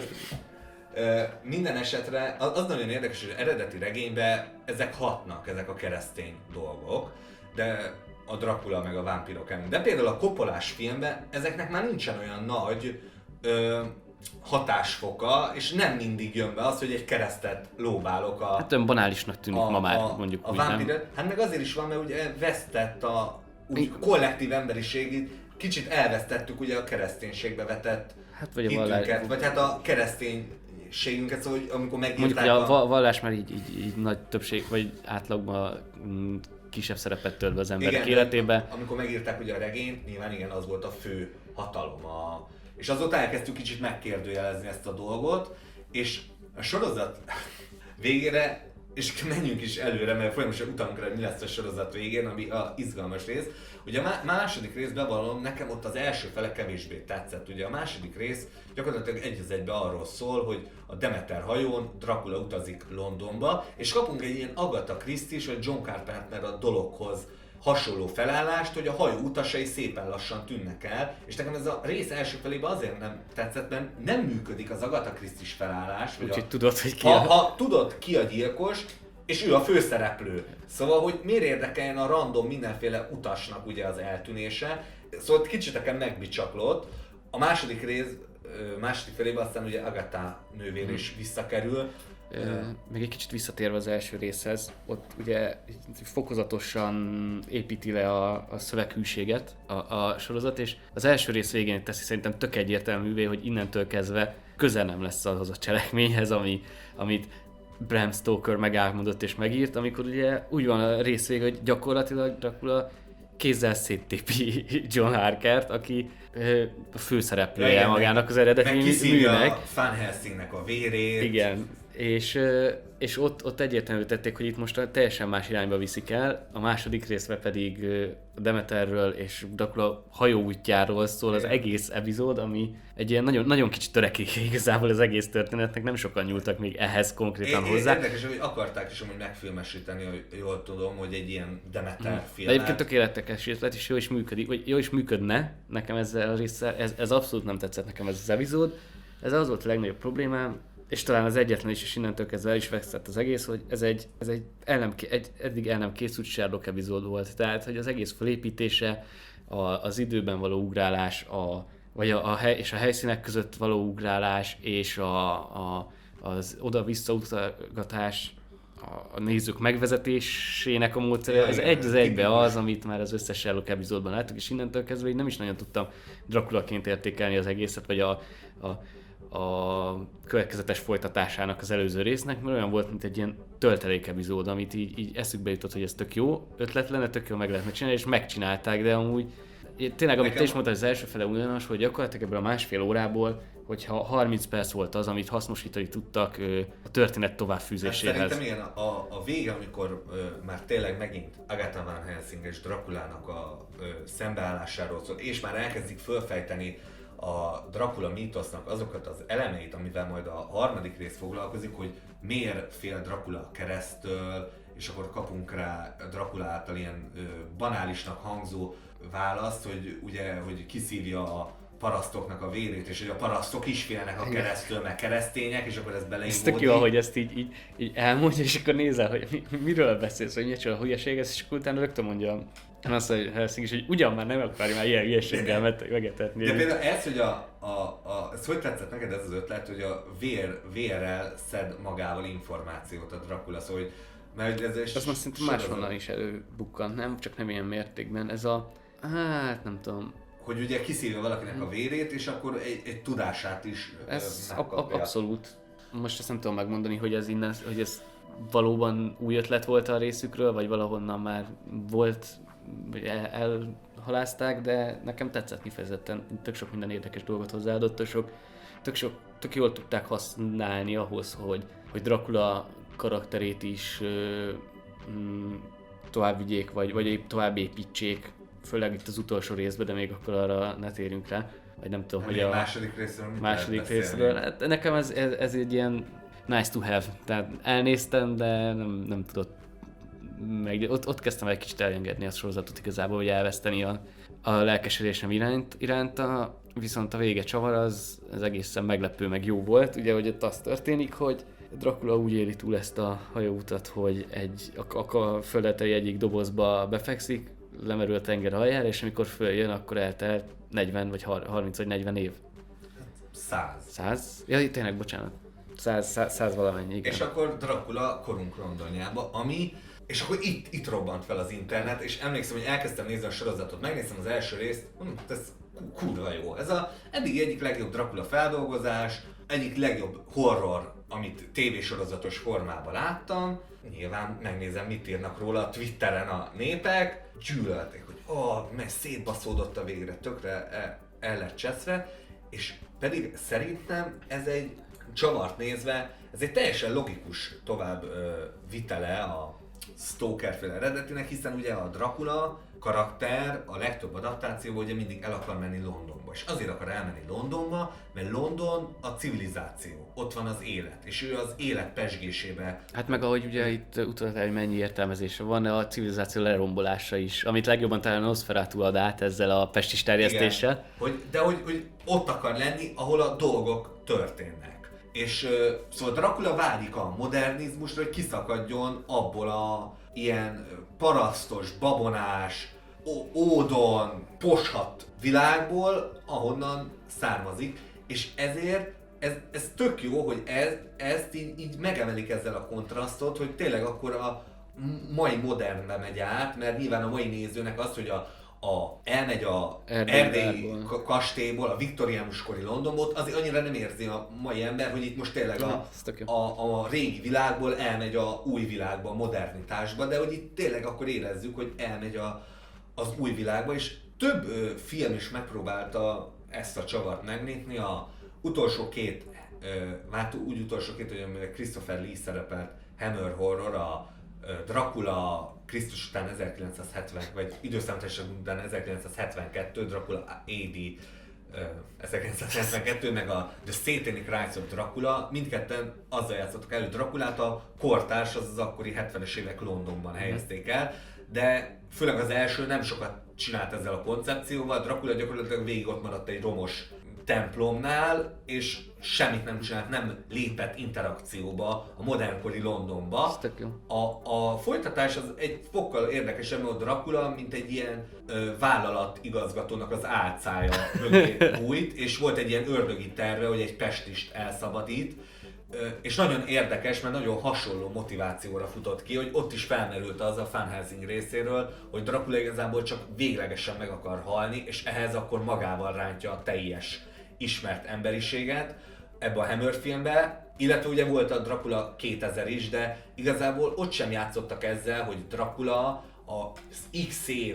Minden esetre az nagyon érdekes, hogy eredeti regényben ezek hatnak, ezek a keresztény dolgok, de a Dracula meg a vámpírok ellen. De például a Coppolás filmben ezeknek már nincsen olyan nagy hatásfoka, és nem mindig jön be az, hogy egy keresztet lóbálok a... Hát olyan banálisnak tűnik ma már, mondjuk úgy, nem? Hát meg azért is van, mert ugye vesztett a kollektív emberiségét, kicsit elvesztettük ugye a kereszténységbe vetett hitünket, vagy hát a kereszténységünket, szóval amikor megírták mondjuk, a vallás már így nagy többség, vagy átlagban kisebb szerepet tölt be az emberek életébe. Amikor megírták ugye a regényt, nyilván igen, az volt a fő hatalom. És azóta elkezdtük kicsit megkérdőjelezni ezt a dolgot, és a sorozat végére, és menjünk is előre, mert folyamatosan utalunk rá, hogy mi lesz a sorozat végén, ami a izgalmas rész. Ugye a második rész, bevallom, nekem ott az első fele kevésbé tetszett. Ugye a második rész gyakorlatilag egy az egybe arról szól, hogy a Demeter hajón Dracula utazik Londonba, és kapunk egy ilyen Agatha Christie vagy John Carpenter a dologhoz hasonló felállást, hogy a hajó utasai szépen lassan tűnnek el, és nekem ez a rész első felében azért nem tetszett, mert nem működik az Agatha Christie felállás. Úgyhogy tudod, hogy ki ha tudod ki a gyilkos, és ő a főszereplő. Szóval, hogy miért érdekeljen a random mindenféle utasnak ugye az eltűnése. Szóval kicsit nekem megbicsaklott. A második rész, második felében aztán ugye Agatha nővér is visszakerül. Még egy kicsit visszatérve az első részhez, ott ugye fokozatosan építi le a szöveghűséget a sorozat, és az első rész végén teszi szerintem tök egyértelművé, hogy innentől kezdve közel nem lesz ahhoz a cselekményhez, amit Bram Stoker megálmodott és megírt, amikor ugye úgy van a rész vége, hogy gyakorlatilag Dracula kézzel széttépi John Harkert, aki a főszereplője magának az eredeti műnek. Van Helsingnek a vérét. Igen. És ott egyértelműen tették, hogy itt most teljesen más irányba viszik el, a második részben pedig a Demeterről és Dracula hajóútjáról szól az egész epizód, ami egy ilyen nagyon, nagyon kicsi törekéke igazából az egész történetnek, nem sokan nyúltak még ehhez konkrétan hozzá. Érdekes, hogy akarták is amúgy megfilmesíteni, hogy jól tudom, hogy egy ilyen Demeter filmet. De egyébként tökéletes ötlet, és jó is működik, vagy jó is működne nekem ezzel a résszel, ez abszolút nem tetszett nekem ez az epizód, ez az volt a legnagyobb problémám, és talán az egyetlen is, és innentől kezdve el is vesztett az egész, hogy ez egy eddig el nem készült Sherlock epizód volt. Tehát, hogy az egész felépítése, az időben való ugrálás, és a helyszínek között való ugrálás, és az oda-vissza utazgatás, a nézők megvezetésének a módszere, ez egy az egybe az, amit már az összes Sherlock epizódban láttuk, és innentől kezdve így nem is nagyon tudtam Draculaként értékelni az egészet, vagy a következetes folytatásának az előző résznek, mert olyan volt, mint egy ilyen töltelék epizód, amit így eszükbe jutott, hogy ez tök jó ötlet lenne, tök jó meg lehetne csinálni, és megcsinálták, de amúgy tényleg, amit te is mondtad, az első fele ugyanaz, hogy gyakorlatilag ebből a másfél órából hogyha 30 perc volt az, amit hasznosítani tudtak a történet továbbfűzéséhez. Hát szerintem igen, a vége, amikor már tényleg megint Agatha Van Helsing és Drakulának a szembeállásáról szól, és már elkezdik fölfejteni a Dracula mítosznak azokat az elemeit, amivel majd a harmadik rész foglalkozik, hogy miért fél Dracula keresztől, és akkor kapunk rá Dracula által ilyen banálisnak hangzó választ, hogy ugye, hogy kiszívja a parasztoknak a vérét, és hogy a parasztok is félnek a keresztől, meg keresztények, és akkor ez beleívódik. Ez tök jó, hogy ezt így elmondja, és akkor nézel, hogy miről beszélsz, hogy micsoda hülyeség ez, és akkor utána rögtön mondja azt, hogy Helsing is, hogy ugyan már nem akarja már ilyen hülyeséggel megetetni. De például ez, hogy ez hogy tetszett neked ez az ötlet, hogy a vérrel szed magával információt a Dracula, szóval, hogy mert ez azt most szerintem máshonnan is előbukkant, nem? Csak nem ilyen mértékben. Ez hát nem tudom. Hogy ugye kiszívja valakinek a vérét, és akkor egy tudását is megkapja. Abszolút. Most ezt nem tudom megmondani, hogy ez valóban új ötlet volt a részükről, vagy valahonnan már volt, elhalázták, de nekem tetszett kifejezetten. Tök sok minden érdekes dolgot hozzáadott, tök jól tudták használni ahhoz, hogy Dracula karakterét is tovább vigyék, vagy épp tovább építsék, főleg itt az utolsó részben, de még akkor arra ne térjünk rá, vagy nem tudom, hogy a második részről. Hát nekem ez egy ilyen nice to have, tehát elnéztem, de nem tudott ott kezdtem egy kicsit elengedni a sorozatot igazából, hogy elveszteni a lelkesedésem iránta, viszont a vége csavar az egészen meglepő, meg jó volt, ugye, hogy ott az történik, hogy Dracula úgy éli túl ezt a hajóutat, hogy a földetei egyik dobozba befekszik, lemerül a tenger aljára, és amikor följön, akkor eltelt 40 vagy 30 vagy 40 év. 100? Ja, tényleg, bocsánat. 100 valamennyi, igen. És akkor Dracula korunk Londonjába, és akkor itt robbant fel az internet, és emlékszem, hogy elkezdtem nézni a sorozatot, megnéztem az első részt, ez kurva jó. Ez eddig egyik legjobb Dracula feldolgozás, egyik legjobb horror, amit tévésorozatos formában láttam. Nyilván megnézem, mit írnak róla a Twitteren a népek, gyűlölték, hogy mert szétbaszódott a végre, tökre el lett cseszve, és pedig szerintem ez egy csavart nézve, ez egy teljesen logikus tovább vitele a Stoker-féle eredetinek, hiszen ugye a Dracula karakter a legtöbb adaptációban ugye mindig el akar menni Londonba. És azért akar elmenni Londonba, mert London a civilizáció, ott van az élet, és ő az élet pezsgésébe. Hát meg ahogy ugye itt utaltál, hogy mennyi értelmezése van, a civilizáció lerombolása is, amit legjobban talán a Nosferatu ad át ezzel a pestis terjesztéssel. Igen, hogy ott akar lenni, ahol a dolgok történnek. És szóval Dracula vágyik a modernizmusra, hogy kiszakadjon abból a ilyen parasztos, babonás, ódon, poshat világból, ahonnan származik, és ezért ez tök jó, hogy ezt így megemelik ezzel a kontrasztot, hogy tényleg akkor a mai modernbe megy át, mert nyilván a mai nézőnek az, hogy elmegy a erdélyi kastélyból, a viktoriánus kori Londonból, azért annyira nem érzi a mai ember, hogy itt most tényleg a régi világból elmegy a új világba, a modernitásba, de hogy itt tényleg akkor érezzük, hogy elmegy az új világba, és több film is megpróbálta ezt a csavart megnyitni. A utolsó két, hogy amivel Christopher Lee szerepelt, Hammer Horror, a Dracula Krisztus után 1970, vagy időszámítások után 1972, Dracula AD 1972, meg a The Satanic Rites of Dracula, mindketten azzal játszottak elő Draculát, a kortárs, az akkori 70-es évek Londonban helyezték el, de főleg az első nem sokat csinált ezzel a koncepcióval, Dracula gyakorlatilag végig ott maradt egy romos templomnál, és semmit nem csinált, nem lépett interakcióba a modernkori Londonba. A folytatás az egy fokkal érdekesebb, mert a Dracula, mint egy ilyen vállalat igazgatónak az álcája mögé bújt, és volt egy ilyen ördögi terve, hogy egy pestist elszabadít, és nagyon érdekes, mert nagyon hasonló motivációra futott ki, hogy ott is felmerült az a Van Helsing részéről, hogy Dracula igazából csak véglegesen meg akar halni, és ehhez akkor magával rántja a teljes ismert emberiséget ebbe a Hammer filmbe, illetve ugye volt a Dracula 2000 is, de igazából ott sem játszottak ezzel, hogy Dracula az X év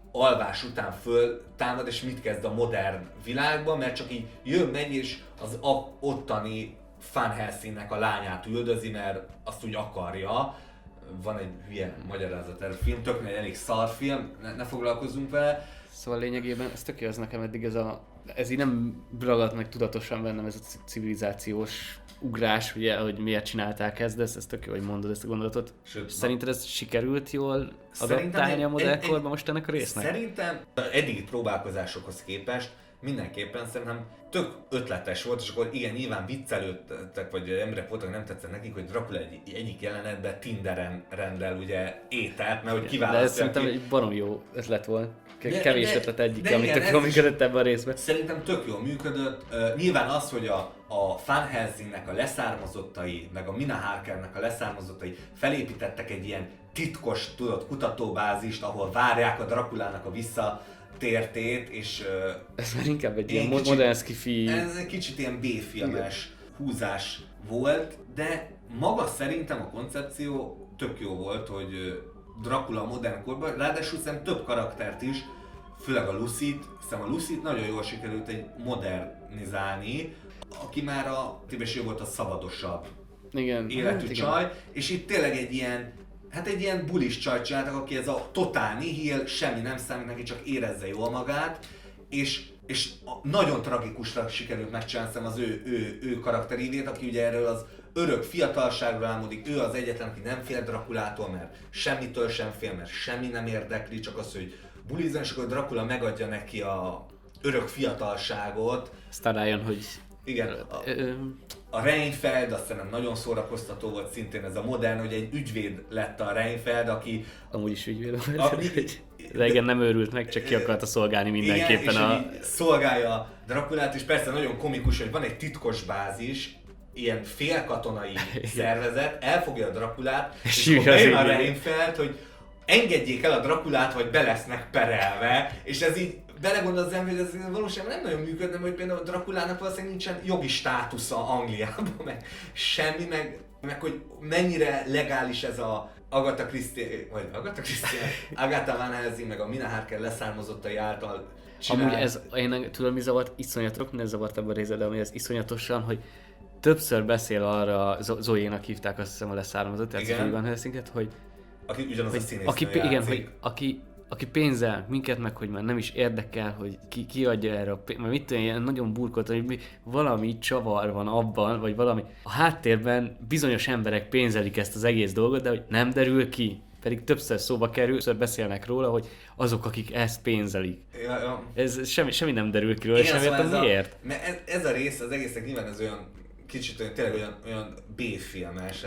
alvás után föl támad, és mit kezd a modern világban, mert csak így megy, és az ottani Van Helsingnek a lányát üldözi, mert azt úgy akarja. Van egy hülye magyarázat erre a film, töknél elég szar film, ne foglalkozzunk vele. Szóval lényegében ez tök jó, az nekem eddig ez így nem ragadt meg tudatosan bennem, ez a civilizációs ugrás, ugye, hogy miért csinálták ezt, de ez tök jó, hogy mondod ezt a gondolatot. Sőt, szerinted ez sikerült jól adaptálni a modellkorba most ennek a résznek? Szerintem eddigi próbálkozásokhoz képest mindenképpen szerintem tök ötletes volt, és akkor igen, nyilván viccelődtek, vagy emberek voltak, nem tetszett nekik, hogy Dracula egyik jelenetben Tinderen rendel ugye ételt, mert hogy kiválasztja. De ez szerintem egy barom jó ötlet volt. Kevés ötlet egyik, amit tök jól működött ebben a részben. Szerintem tök jól működött. Nyilván az, hogy a Van Helsingnek a leszármazottai, meg a Mina Harkernek a leszármazottai felépítettek egy ilyen titkos, kutatóbázist, ahol várják a Draculának a visszatértét, és... Ez már inkább egy ilyen modern skifi... Ez egy kicsit ilyen B-filmes húzás volt, de maga szerintem a koncepció tök jó volt, hogy Dracula modern korban, ráadásul szerintem több karaktert is, főleg a Lucit, hiszem a Lucit nagyon jól sikerült egy modernizálni, aki már a Tibeső volt a szabadosabb életű csaj, és itt tényleg egy ilyen bulis csajt csináltak, aki ez a totál nihil, semmi nem számít neki, csak érezze jól magát, és nagyon tragikusra sikerült megcsinálni az ő karakterívét, aki ugye erről az örök fiatalságról álmodik, ő az egyetlen, aki nem fél Draculától, mert semmitől sem fél, mert semmi nem érdekli, csak az, hogy bulizzon, és akkor Dracula megadja neki a örök fiatalságot. Aztán rájön, hogy... Igen, a Reinfeld, azt hiszem nagyon szórakoztató volt szintén ez a modern, hogy egy ügyvéd lett a Reinfeld, aki... Amúgy is ügyvéd volt, de igen, nem őrült meg, csak ki akarta szolgálni mindenképpen. Igen, és szolgálja Draculát, és persze nagyon komikus, hogy van egy titkos bázis, ilyen félkatonai szervezet, elfogja a Draculát, és akkor bejön a Reinfeld, hogy engedjék el a Draculát, vagy be lesznek perelve, és ez így belegondol az ember, hogy ez valóságban nem nagyon működne, hogy például a Draculának valószínűleg nincsen jogi státusza Angliában, meg semmi, meg hogy mennyire legális ez a Agatha Van Helsing, meg a Mina Harker leszármazottai által csinált. Amúgy ez, én tudom mi zavart, iszonyatok, nem zavart ebben a részben, de ami ez iszonyatosan, hogy többször beszél arra, Zoe-nak hívták azt hiszem a leszármazott, tehát Van Helsinget, hogy aki ugyanaz a színésznő igen, hogy aki pénzel minket, meg hogy már nem is érdekel, hogy ki adja erre a pénzt, mert mit tudom, ilyen nagyon burkolt, hogy valami csavar van abban, vagy valami. A háttérben bizonyos emberek pénzelik ezt az egész dolgot, de hogy nem derül ki. Pedig többször szóba kerül, többször beszélnek róla, hogy azok, akik ezt pénzelik. Ja. Ez semmi nem derül ki róla, és nem értem miért. Ez a rész, az egésznek nyilván ez olyan kicsit tényleg olyan B-filmes.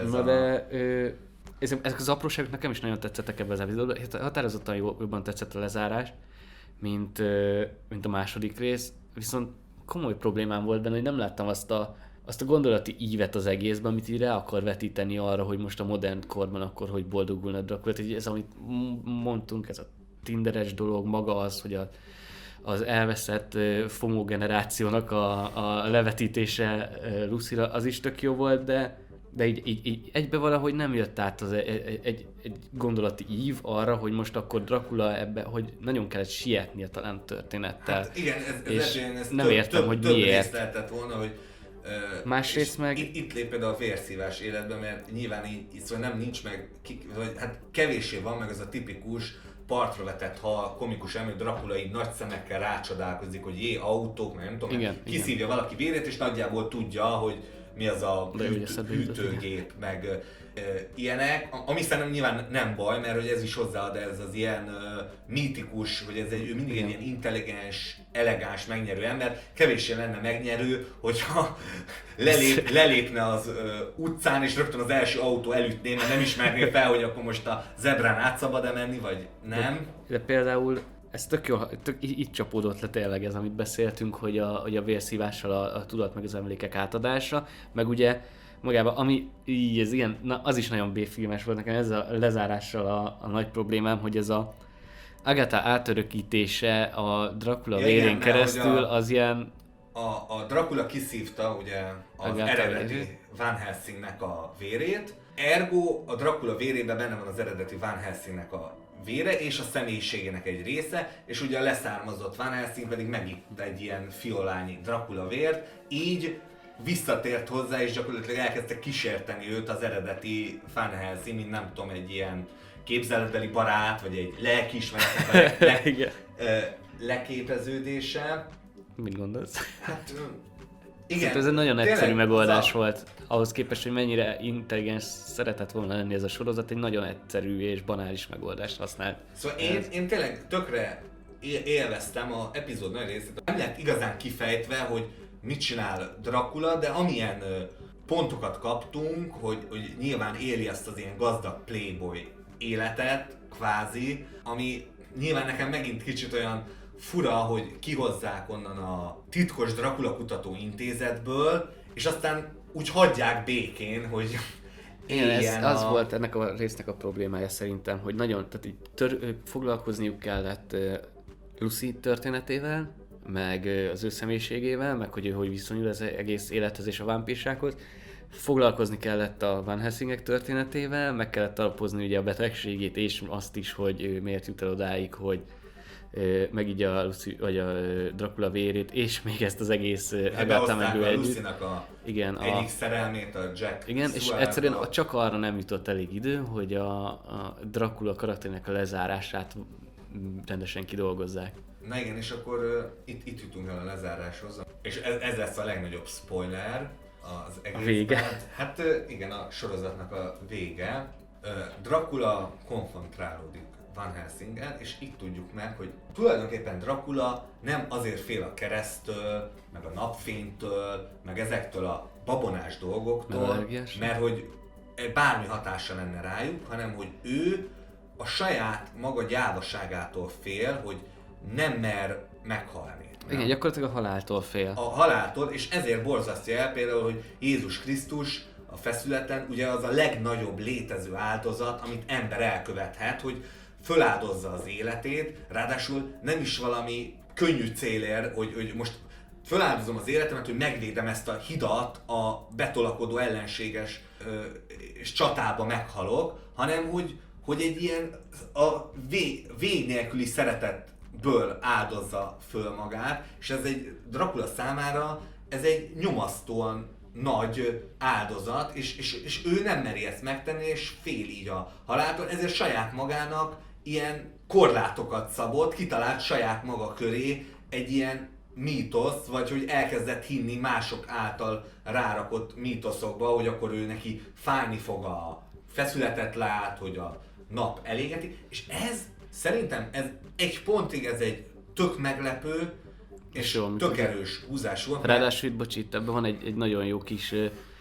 Ezek az apróságok nekem is nagyon tetszettek ebben az epizódban. Határozottan jobban tetszett a lezárás, mint a második rész. Viszont komoly problémám volt benne, hogy nem láttam azt a gondolati ívet az egészben, amit így rá akar vetíteni arra, hogy most a modern korban akkor hogy boldogulna Dracula. Ez, amit mondtunk, ez a tinderes dolog, maga az, hogy az elveszett FOMO generációnak a levetítése Lucira, az is tök jó volt, de így egybe valahogy nem jött át egy gondolati ív arra, hogy most akkor Dracula ebbe, hogy nagyon kellett sietnie talán történettel. Hát igen, ez nem értem, hogy miért. Több lehetett volna, hogy másrészt meg... Itt lép például a vérszívás életbe, mert nyilván így szóval nem nincs meg, vagy hát kevéssé van meg az a tipikus partra vetett, ha komikus ember, Dracula így nagy szemekkel rácsodálkozik, hogy autók, meg nem tudom, kiszívja valaki vérét, és nagyjából tudja, hogy mi az a hűtőgép, meg ilyenek, ami szerintem nyilván nem baj, mert hogy ez is hozzáad ez az ilyen mítikus, hogy ez ő mindig egy ilyen intelligens, elegáns, megnyerő ember, kevéssé lenne megnyerő, hogyha lelépne az utcán, és rögtön az első autó elütné, mert nem ismerné fel, hogy akkor most a zebrán át szabad-e menni, vagy nem. De például ez tök jó, itt csapódott le tényleg ez, amit beszéltünk, hogy a vérszívással a tudat meg az emlékek átadása, meg ugye magában, ami így ez ilyen, na az is nagyon B-filmes volt nekem, ez a lezárással a nagy problémám, hogy ez a Agatha átörökítése a Dracula vérén keresztül az ilyen... A Dracula kiszívta ugye az eredeti Van Helsingnek a vérét, ergo a Dracula vérében benne van az eredeti Van Helsingnek a vére és a személyiségének egy része, és ugye a leszármazott Van Helsing pedig megitt egy ilyen fiolányi Dracula vért, így visszatért hozzá, és gyakorlatilag elkezdte kísérteni őt az eredeti Van Helsing, mint nem tudom, egy ilyen képzeletbeli barát, vagy egy lelkiismeretnek leképeződése. Mit gondolsz? Hát igen. Ez egy nagyon egyszerű tényleg, megoldás volt. Ahhoz képest, hogy mennyire intelligens szeretett volna lenni ez a sorozat, egy nagyon egyszerű és banális megoldást használt. Szóval én tényleg tökre élveztem az epizód nagy részét. Nem lett igazán kifejtve, hogy mit csinál Dracula, de amilyen pontokat kaptunk, hogy nyilván éli ezt az ilyen gazdag playboy életet, kvázi, ami nyilván nekem megint kicsit olyan fura, hogy kihozzák onnan a titkos Dracula kutató intézetből, és aztán úgy hagyják békén, hogy igen, az volt ennek a résznek a problémája szerintem, hogy nagyon, tehát így foglalkozniuk kellett Lucy történetével, meg az ő személyiségével, meg hogy ő hogy viszonyul az egész élethez és a vámpírsághoz. Foglalkozni kellett a Van Helsingek történetével, meg kellett alapozni ugye a betegségét, és azt is, hogy ő miért jut el odáig, hogy megígya a Lucy, vagy a Dracula vérét, és még ezt az egész Agatha meg ő együtt. Igen, egyik szerelmét, a Jack. Igen, és egyszerűen csak arra nem jutott elég idő, hogy a Dracula karakterének a lezárását rendesen kidolgozzák. Na igen, és akkor itt jutunk el a lezáráshoz. És ez lesz a legnagyobb spoiler az egész. A vége. Hát igen, a sorozatnak a vége. Dracula konfrontálódik Van Helsinggel, és itt tudjuk meg, hogy tulajdonképpen Dracula nem azért fél a keresztől, meg a napfénytől, meg ezektől a babonás dolgoktól, mert hogy bármi hatása lenne rájuk, hanem hogy ő a saját maga gyávaságától fél, hogy nem mer meghalni. Igen, gyakorlatilag a haláltól fél. A haláltól, és ezért borzasztja el például, hogy Jézus Krisztus a feszületen ugye az a legnagyobb létező áldozat, amit ember elkövethet, hogy föláldozza az életét, ráadásul nem is valami könnyű célért, hogy most föláldozom az életemet, hogy megvédem ezt a hidat a betolakodó ellenséges és csatába meghalok, hanem hogy egy ilyen a vég nélküli szeretetből áldozza föl magát, és ez egy Dracula számára ez egy nyomasztóan nagy áldozat, és ő nem meri ezt megtenni, és fél így a haláltól, ezért saját magának ilyen korlátokat szabott, kitalált saját maga köré egy ilyen mítosz, vagy hogy elkezdett hinni mások által rárakott mítoszokba, hogy akkor ő neki fájni fog a feszületet lát, hogy a nap elégeti, és ez szerintem ez egy pontig ez egy tök meglepő, és tök erős húzás volt. Ráadásul itt ebben van egy nagyon jó kis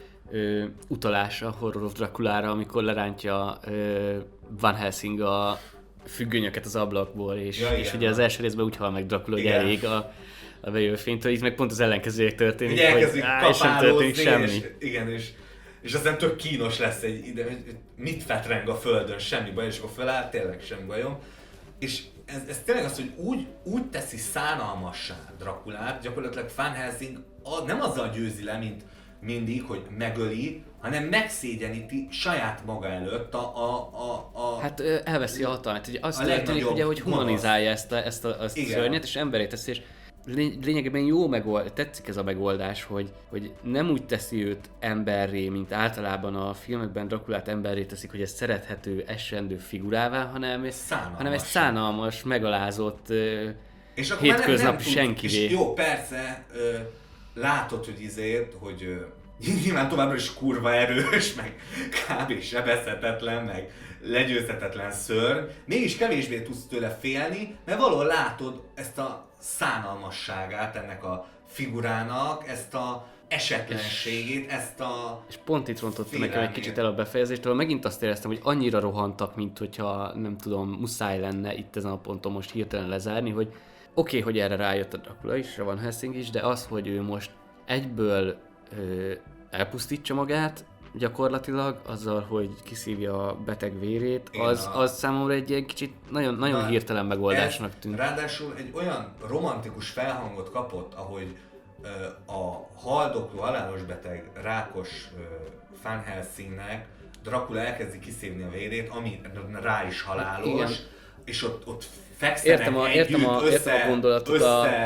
utalás a Horror of Draculára, amikor lerántja Van Helsing a függönyöket az ablakból, és ugye az első részben úgy hal meg Dracula, hogy elég a bejövő fénytől, itt meg pont az ellenkezőjék történik, hogy elkezdik kapálózni, semmi. És aztán tök kínos lesz egy ide, hogy mit fetreng a földön, semmi baj, és akkor föláll, tényleg semmi bajom. És ez tényleg az, hogy úgy teszi szánalmassá Draculát, gyakorlatilag Van Helsing nem azzal győzi le, mint mindig, hogy megöli, hanem megszégyeníti saját maga előtt Hát elveszi a hatalmát, ugye azt történik, ugye, hogy humanizálja ezt a szörnyet, és emberé teszi, és lényegében jó tetszik ez a megoldás, hogy nem úgy teszi őt emberré, mint általában a filmekben Draculát emberré teszik, hogy ez szerethető, esendő figurává, hanem egy szánalmas, megalázott, hétköznapi senkivé. És jó, persze, látod, hogy nyilván továbbra is kurva erős, meg kb. Sebezhetetlen, meg legyőzhetetlen szörny, mégis kevésbé tudsz tőle félni, mert valahol látod ezt a szánalmasságát ennek a figurának, ezt a esetlenségét, és pont itt rontotta nekem egy kicsit el a befejezéstől, megint azt éreztem, hogy annyira rohantak, mint hogyha nem tudom, muszáj lenne itt ezen a ponton most hirtelen lezárni, hogy oké, hogy erre rájött a Dracula is, a Van Helsing is, de az, hogy ő most egyből elpusztítsa magát, gyakorlatilag azzal, hogy kiszívja a beteg vérét, az számomra egy ilyen kicsit nagyon hirtelen megoldásnak tűnt. Ráadásul egy olyan romantikus felhangot kapott, ahogy a haldokló, halálos beteg, rákos Van Helsingnek Dracula elkezdi kiszívni a vérét, ami rá is halálos. és ott fekszenek együtt, értem a gondolatot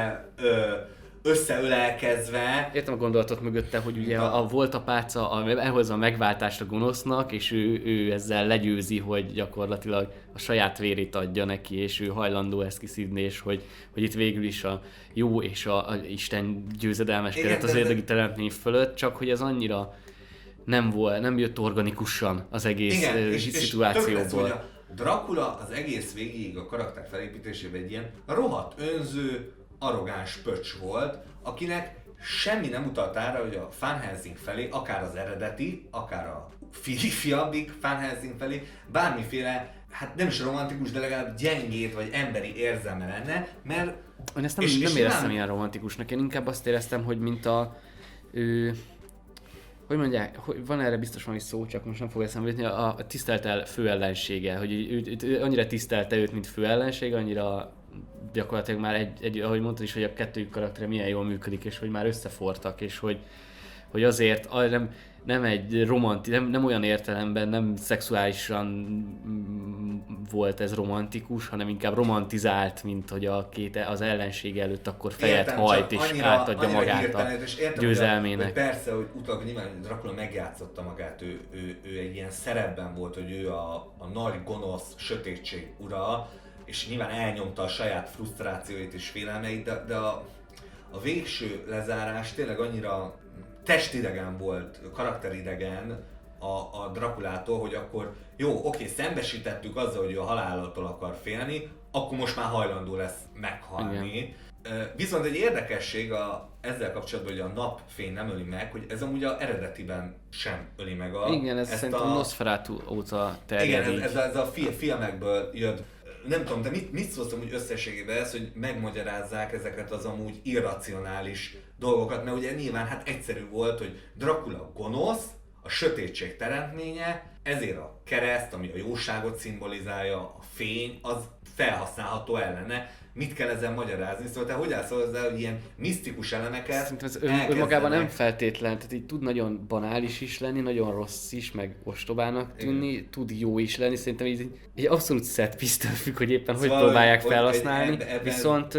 összeölelkezve. Értem a gondolatot mögötte, hogy ugye volt a páca, elhozza a megváltást a gonosznak, és ő ezzel legyőzi, hogy gyakorlatilag a saját vérét adja neki, és ő hajlandó ezt kiszívni, és hogy itt végül is a jó és a Isten győzedelmeskedett az érdegi teremtmény fölött, csak hogy ez annyira nem jött organikusan az egész szituációból. És Dracula az egész végig a karakter felépítésében egy ilyen rohadt önző, arrogáns pöcs volt, akinek semmi nem utalt arra, hogy a Van Helsing felé, akár az eredeti, akár a fiabbik Van Helsing felé, bármiféle, hát nem is romantikus, de legalább gyengét vagy emberi érzelme lenne, mert... Én ezt nem éreztem ilyen romantikusnak, én inkább azt éreztem, hogy mint hogy mondják, van erre biztos valami szó, csak most nem fog eszembe jutni, a tisztelte főellensége, hogy ő annyira tisztelte őt, mint főellenség, annyira gyakorlatilag már ahogy mondtad is, hogy a kettőjük karaktere milyen jól működik, és hogy már összefortak, és hogy azért nem olyan értelemben, nem szexuálisan volt ez romantikus, hanem inkább romantizált, mint hogy az ellenség előtt akkor fejet hajt és átadja magát a győzelmének. Hogy persze, hogy utólag nyilván Dracula megjátszotta magát, ő egy ilyen szerepben volt, hogy ő a nagy gonosz sötétség ura, és nyilván elnyomta a saját frusztrációit és félelmeit, de a végső lezárás tényleg annyira testidegen volt, karakteridegen a Draculától, hogy akkor jó, oké, szembesítettük azzal, hogy ő a halálattól akar félni, akkor most már hajlandó lesz meghalni. Igen. Viszont egy érdekesség ezzel kapcsolatban, hogy a napfény nem öli meg, hogy ez amúgy az eredetiben sem öli meg Igen, ez szerintem Nosferatu óta terjed. Igen, ez a filmekből jött. Nem tudom, de mit szólsz amúgy összességében ez, hogy megmagyarázzák ezeket az amúgy irracionális dolgokat, mert ugye nyilván hát egyszerű volt, hogy Dracula gonosz, a sötétség teremtménye, ezért a kereszt, ami a jóságot szimbolizálja, a fény, az felhasználható ellene. Mit kell ezen magyarázni? Szóval te hogy állsz hozzá, hogy ilyen misztikus elemeket szerintem ez önmagában nem feltétlen, tehát így tud nagyon banális is lenni, nagyon rossz is, meg ostobának tűnni, igen. Tud jó is lenni, szerintem így egy abszolút set piece-től függ, hogy éppen szóval hogy próbálják felhasználni, viszont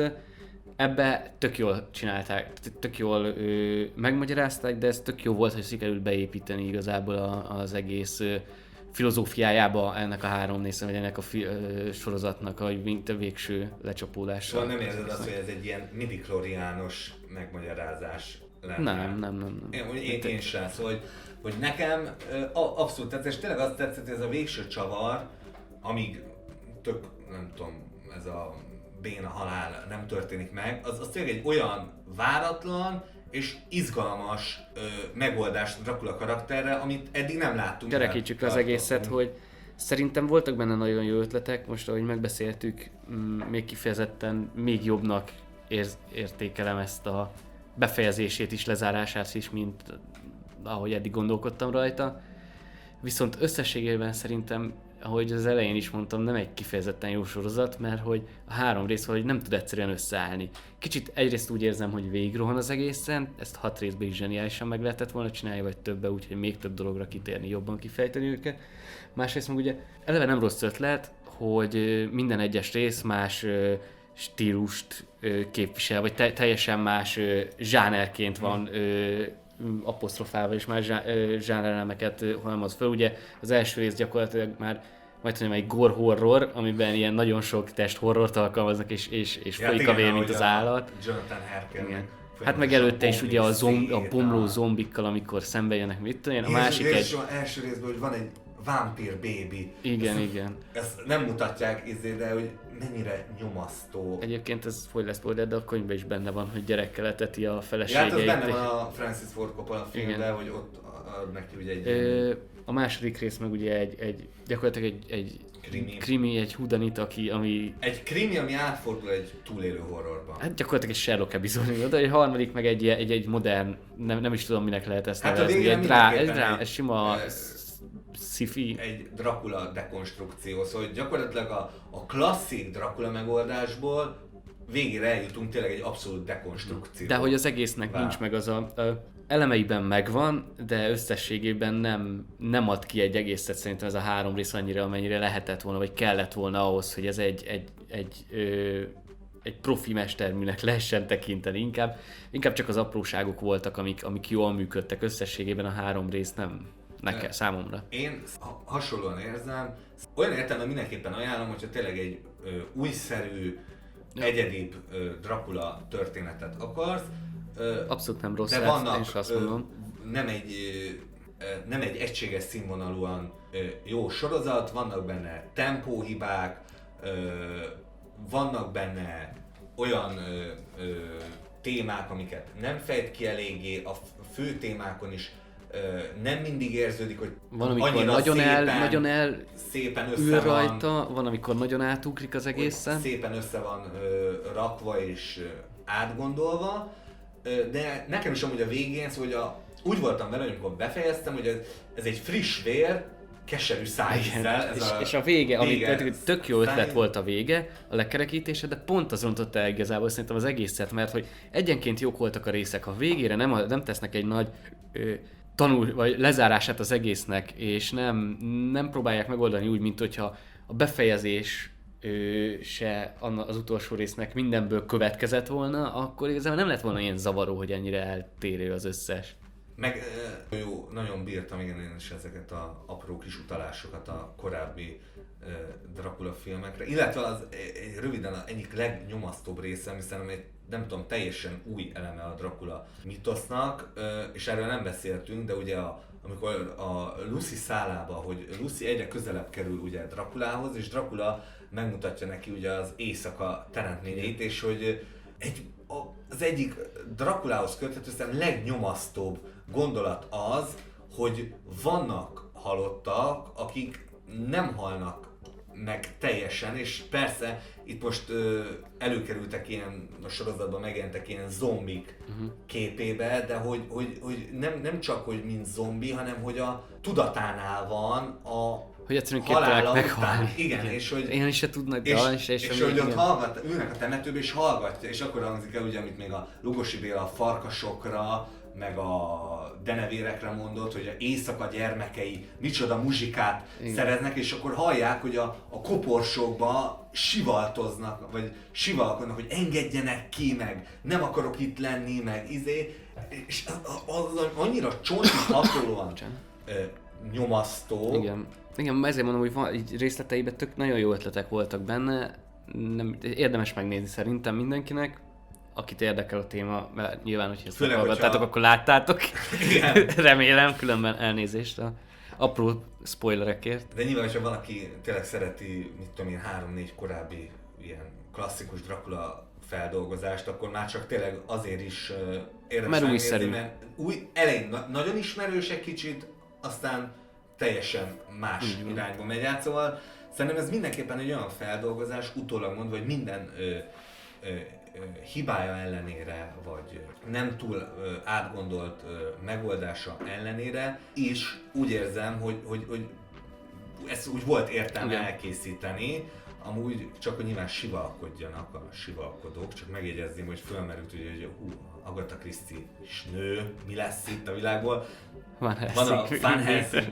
ebbe tök jól csinálták, tök jól megmagyarázták, de ez tök jó volt, hogy sikerült beépíteni igazából az egész filozófiájába ennek a három nézem, vagy ennek a sorozatnak, hogy mint a végső lecsapódása. Szóval nem érzed azt, hogy ez egy ilyen midi-chloriános megmagyarázás lenne? Nem. Én sem, szóval, hogy nekem abszolút tetszett, és tényleg azt tetszett, hogy ez a végső csavar, amíg tök, nem tudom, ez a béna halál nem történik meg, az tényleg egy olyan váratlan és izgalmas megoldást Dracula karakterre, amit eddig nem láttunk. Kerekítsük le az egészet, hogy szerintem voltak benne nagyon jó ötletek, most ahogy megbeszéltük, még kifejezetten még jobbnak értékelem ezt a befejezését is, lezárását is, mint ahogy eddig gondolkodtam rajta. Viszont összességében szerintem, ahogy az elején is mondtam, nem egy kifejezetten jó sorozat, mert hogy a három rész valahogy nem tud egyszerűen összeállni. Kicsit egyrészt úgy érzem, hogy végigrohan az egészen, ezt 6 részben is zseniálisan meg lehetett volna csinálni, vagy többe, úgyhogy még több dologra kitérni, jobban kifejteni őket. Másrészt meg ugye eleve nem rossz ötlet, hogy minden egyes rész más stílust képvisel, vagy teljesen más zsánerként van apostrofálva, és más zsánerelemeket halmoz föl. Ugye az első rész gyakorlatilag már majdnem egy gore horror, amiben ilyen nagyon sok test horrort alkalmaznak, és folyik a vér, mint az állat. Jonathan Harker. Hát meg előtte is ugye a bomló zombikkal, amikor szembe jönnek, mit tudom én, a másik egy... Az első részben, hogy van egy vampír baby. Igen. Ezt nem mutatják de hogy mennyire nyomasztó. Egyébként ez spoiler, de a könyvben is benne van, hogy gyerekkel eteti a feleségeit. Ja, hát az benne van a Francis Ford Coppola filmben, hogy ott ad neki ugye egy... A második rész meg ugye gyakorlatilag egy krimi, egy hudanit, ami... Egy krimi, ami átfordul egy túlélő horrorban. Hát gyakorlatilag egy Sherlock epizód, de egy harmadik meg egy modern, nem is tudom minek lehet ezt nevezni, egy sima sci-fi. Egy Dracula dekonstrukció, szóval gyakorlatilag a klasszik Dracula megoldásból végére eljutunk tényleg egy abszolút dekonstrukció. De hogy az egésznek nincs meg az a elemeiben megvan, de összességében nem ad ki egy egészet szerintem ez a 3 rész annyira, amennyire lehetett volna, vagy kellett volna ahhoz, hogy ez egy profi mesterműnek lehessen tekinteni. Inkább csak az apróságok voltak, amik jól működtek. Összességében a 3 rész nem nekem, számomra. Én hasonlóan érzem, olyan értelemben mindenképpen ajánlom, hogyha tényleg egy újszerű, egyedibb Dracula történetet akarsz. Abszolút nem rossz, de vannak, én is azt mondom. Nem egy egységes színvonalúan jó sorozat, vannak benne tempóhibák, vannak benne olyan témák, amiket nem fejt ki eléggé, a fő témákon is nem mindig érződik, hogy van, amikor nagyon szépen össze ül rajta, van, amikor nagyon átugrik az egészen. Szépen össze van rakva és átgondolva, de nekem is amúgy a végén, szóval úgy voltam vele, hogy amikor befejeztem, hogy ez egy friss vér, keserű szájízzel. És a vége, amit tök jó ötlet volt a vége, a lekerekítése, de pont az rontotta el igazából szerintem az egészet, mert hogy egyenként jók voltak a részek, a végére nem tesznek egy nagy vagy lezárását az egésznek, és nem próbálják megoldani úgy, mint hogyha a befejezés se az utolsó résznek mindenből következett volna, akkor igazából nem lett volna ilyen zavaró, hogy ennyire eltérő az összes. Meg jó, nagyon bírtam én is ezeket az apró kis utalásokat a korábbi Dracula filmekre, illetve az röviden az egyik legnyomasztóbb része, hiszen egy nem tudom, teljesen új eleme a Dracula mitosznak, és erről nem beszéltünk, de ugye amikor a Lucy szállába, hogy Lucy egyre közelebb kerül ugye Draculához, és Dracula megmutatja neki ugye az éjszaka teremtményeit, és hogy az egyik Draculához köthető szerintem legnyomasztóbb gondolat az, hogy vannak halottak, akik nem halnak meg teljesen, és persze itt most előkerültek ilyen, a sorozatban megjelentek ilyen zombik képébe, de hogy nem csak hogy mint zombi, hanem hogy a tudatánál van a hogy egyszerűen képtelenek meghalni. Igen, és hogy... Ilyen is se tudnak, és hogy ott ülnek a temetőbe és hallgatja, és akkor hangzik el ugye, amit még a Lugosi Béla a farkasokra, meg a denevérekre mondott, hogy a éjszaka gyermekei micsoda muzsikát szereznek, és akkor hallják, hogy a koporsókba sivaltoznak, vagy sivalkodnak, hogy engedjenek ki, meg nem akarok itt lenni, meg és az annyira csontíthatóan nyomasztó. Igen, ezért mondom, hogy van, így részleteiben nagyon jó ötletek voltak benne, érdemes megnézni szerintem mindenkinek, akit érdekel a téma, mert nyilván, hogyha ezt meghallgattátok, akkor láttátok. Remélem, különben elnézést a apró spoilerekért. De nyilván, hogyha valaki tényleg szereti, mit tudom én, 3-4 korábbi ilyen klasszikus Dracula feldolgozást, akkor már csak tényleg azért is érdemes megnézni, mert elején nagyon ismerős egy kicsit, aztán teljesen más irányba megy át, szóval szerintem ez mindenképpen egy olyan feldolgozás, utólag mondva, hogy minden hibája ellenére, vagy nem túl átgondolt megoldása ellenére is úgy érzem, hogy ezt úgy volt értelme elkészíteni, amúgy csak hogy nyilván sivalkodjanak a sivalkodók, csak megjegyezném, hogy fölmerült, hogy Agatha Christie is nő, mi lesz itt a világból. Van a Van Helsing.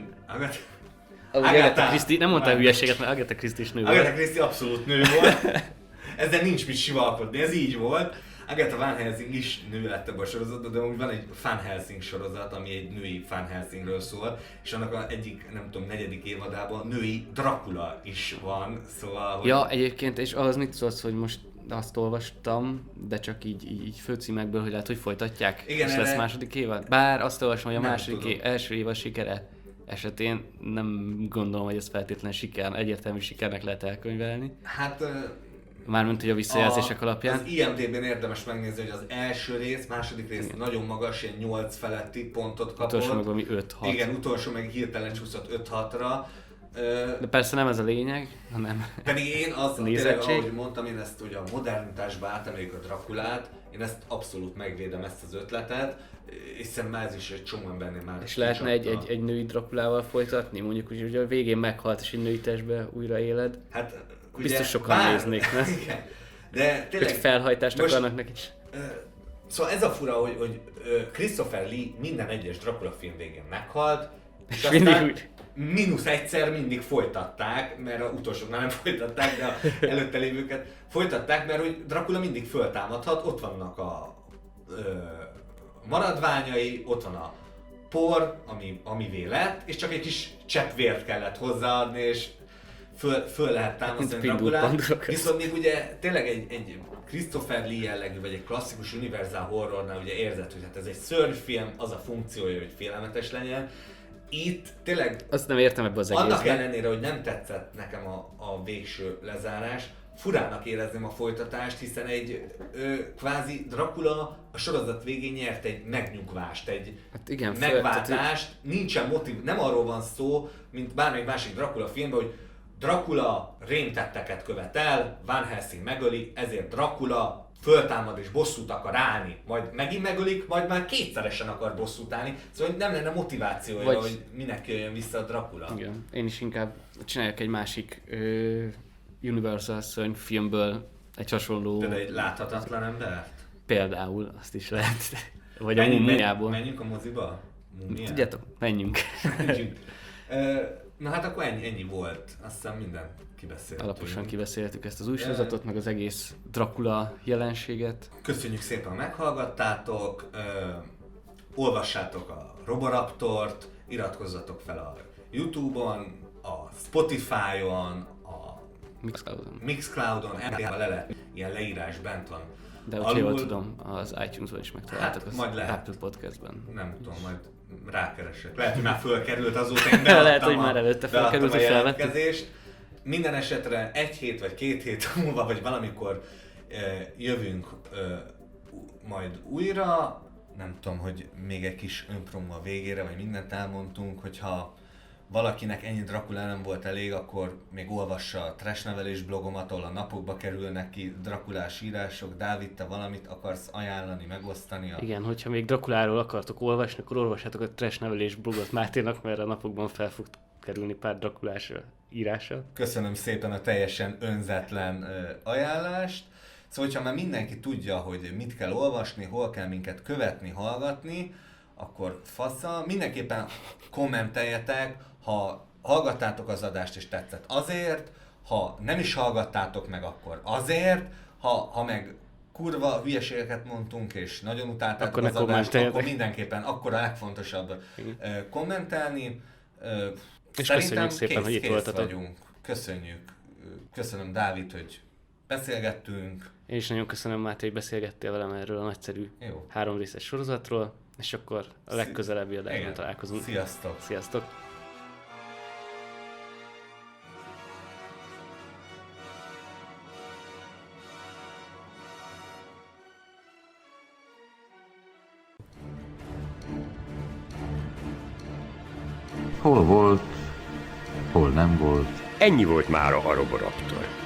Agatha Christie, nem mondtál hülyeséget, mert Agatha Christie is nő volt. Agatha Christie abszolút nő volt. Ezzel nincs mit sivalkodni, ez így volt. Agatha Van Helsing is nő lett ebben a sorozatban, de úgy van egy Van Helsing sorozat, ami egy női Van Helsingről szól, és annak az egyik, nem tudom, 4. évadában női Dracula is van, szóval... Hogy... Ja, egyébként, és ahhoz mit szólsz, hogy most azt olvastam, de csak így főcímekből, hogy lehet, hogy folytatják, igen, és lesz második évad. Bár azt olvasom, hogy a első évad sikere esetén nem gondolom, hogy ez feltétlenül egyértelmű sikernek lehet elkönyvelni. Hát... Mármint, hogy a visszajelzések alapján. Az IMDb-n érdemes megnézni, hogy az első rész, második rész nagyon magas, ilyen 8 feletti pontot kapott. Utolsó meg valami 5-6. Igen, utolsó meg hirtelen csúszott 5-6-ra. De persze nem ez a lényeg, hanem pedig én azt tényleg, ahogy mondtam, én ezt, hogy a modernitásba átemeljük a Draculát, én ezt abszolút megvédem, ezt az ötletet, és szerintem ez is egy csomó embernél már. És lehetne egy női Draculával folytatni, mondjuk úgy, hogy a végén meghalt és egy női testbe újra éled. Hát, biztos sokan néznék, ne? De tényleg... Hogy felhajtást akarnak neki is. Szóval ez a fura, hogy Christopher Lee minden egyes Dracula film végén meghalt, és aztán mínusz egyszer mindig folytatták, mert a utolsóknál nem folytatták, de az előtte lévőket folytatták, mert hogy Dracula mindig föltámadhat, ott vannak a maradványai, ott van a por, ami lett, és csak egy kis csepp vért kellett hozzáadni, és föl lehet támasztani Draculát. Viszont még ugye tényleg egy Christopher Lee jellegű, vagy egy klasszikus universal horrornál ugye érzed, hogy hát ez egy szörnyfilm, az a funkciója, hogy félelmetes legyen. Itt tényleg azt nem értem ebbe az egészben. Annak ellenére, hogy nem tetszett nekem a végső lezárás, furának érezném a folytatást, hiszen egy kvázi Dracula a sorozat végén nyert egy megnyugvást, egy megváltást, nincsen motiv, nem arról van szó, mint bármelyik másik Dracula filmben, hogy Dracula rémtetteket követel, Van Helsing megöli, ezért Dracula föltámad és bosszút akar állni, majd megint megölik, majd már kétszeresen akar bosszút állni, szóval nem lenne motivációja, hogy minek jöjjön vissza a Dracula. Igen, én is inkább csináljak egy másik Universal szörnyfilmből egy hasonló... Például egy láthatatlan embert? Például, azt is lehet. Vagy a Múmiából. Menjünk a moziba? Múmiá? Tudjátok, menjünk. Na hát akkor ennyi volt. Azt hiszem minden kibeszéltünk. Alaposan kibeszéltük ezt az új sorozatot, meg az egész Dracula jelenséget. Köszönjük szépen, hogy meghallgattátok. Olvassátok a Roboraptort, iratkozzatok fel a YouTube-on, a Spotify-on, a Mixcloudon, le lehet ilyen leírás bent van. De hogyha jól tudom, az iTunes-on is megtaláltak, hát, az majd Apple Podcastben. Nem tudom, majd rákeresek. Lehet, hogy már fölkerült azóta, én beadtam lehet, hogy már előtte fölkerült, a jelentkezést. Minden esetre 1 hét vagy 2 hét múlva, vagy valamikor jövünk majd újra. Nem tudom, hogy még egy kis önpromo a végére, vagy mindent elmondtunk, hogyha valakinek ennyi Dracula nem volt elég, akkor még olvassa a Trash Nevelés blogomat, ahol a napokba kerülnek ki Draculás írások. Dávid, te valamit akarsz ajánlani, megosztani? Igen, hogyha még Draculáról akartok olvasni, akkor olvassátok a Trash Nevelés blogot Máténak, mert a napokban fel fog kerülni pár Draculás írása. Köszönöm szépen a teljesen önzetlen ajánlást. Szóval, hogyha már mindenki tudja, hogy mit kell olvasni, hol kell minket követni, hallgatni, akkor fasza. Mindenképpen kommenteljetek, ha hallgattátok az adást és tetszett azért, ha nem is hallgattátok meg, akkor azért, ha meg kurva hülyeségeket mondtunk és nagyon utáltátok az adást, akkor mindenképpen akkor a legfontosabb kommentelni. És köszönjük szépen, hogy itt voltatok. Vagyunk. Köszönjük. Köszönöm, Dávid, hogy beszélgettünk. Én is nagyon köszönöm, Máté, hogy beszélgettél velem erről a nagyszerű 3 részes sorozatról, és akkor a legközelebbi adásban találkozunk. Sziasztok! Sziasztok! Hol volt, hol nem volt. Ennyi volt mára a Roboraptor.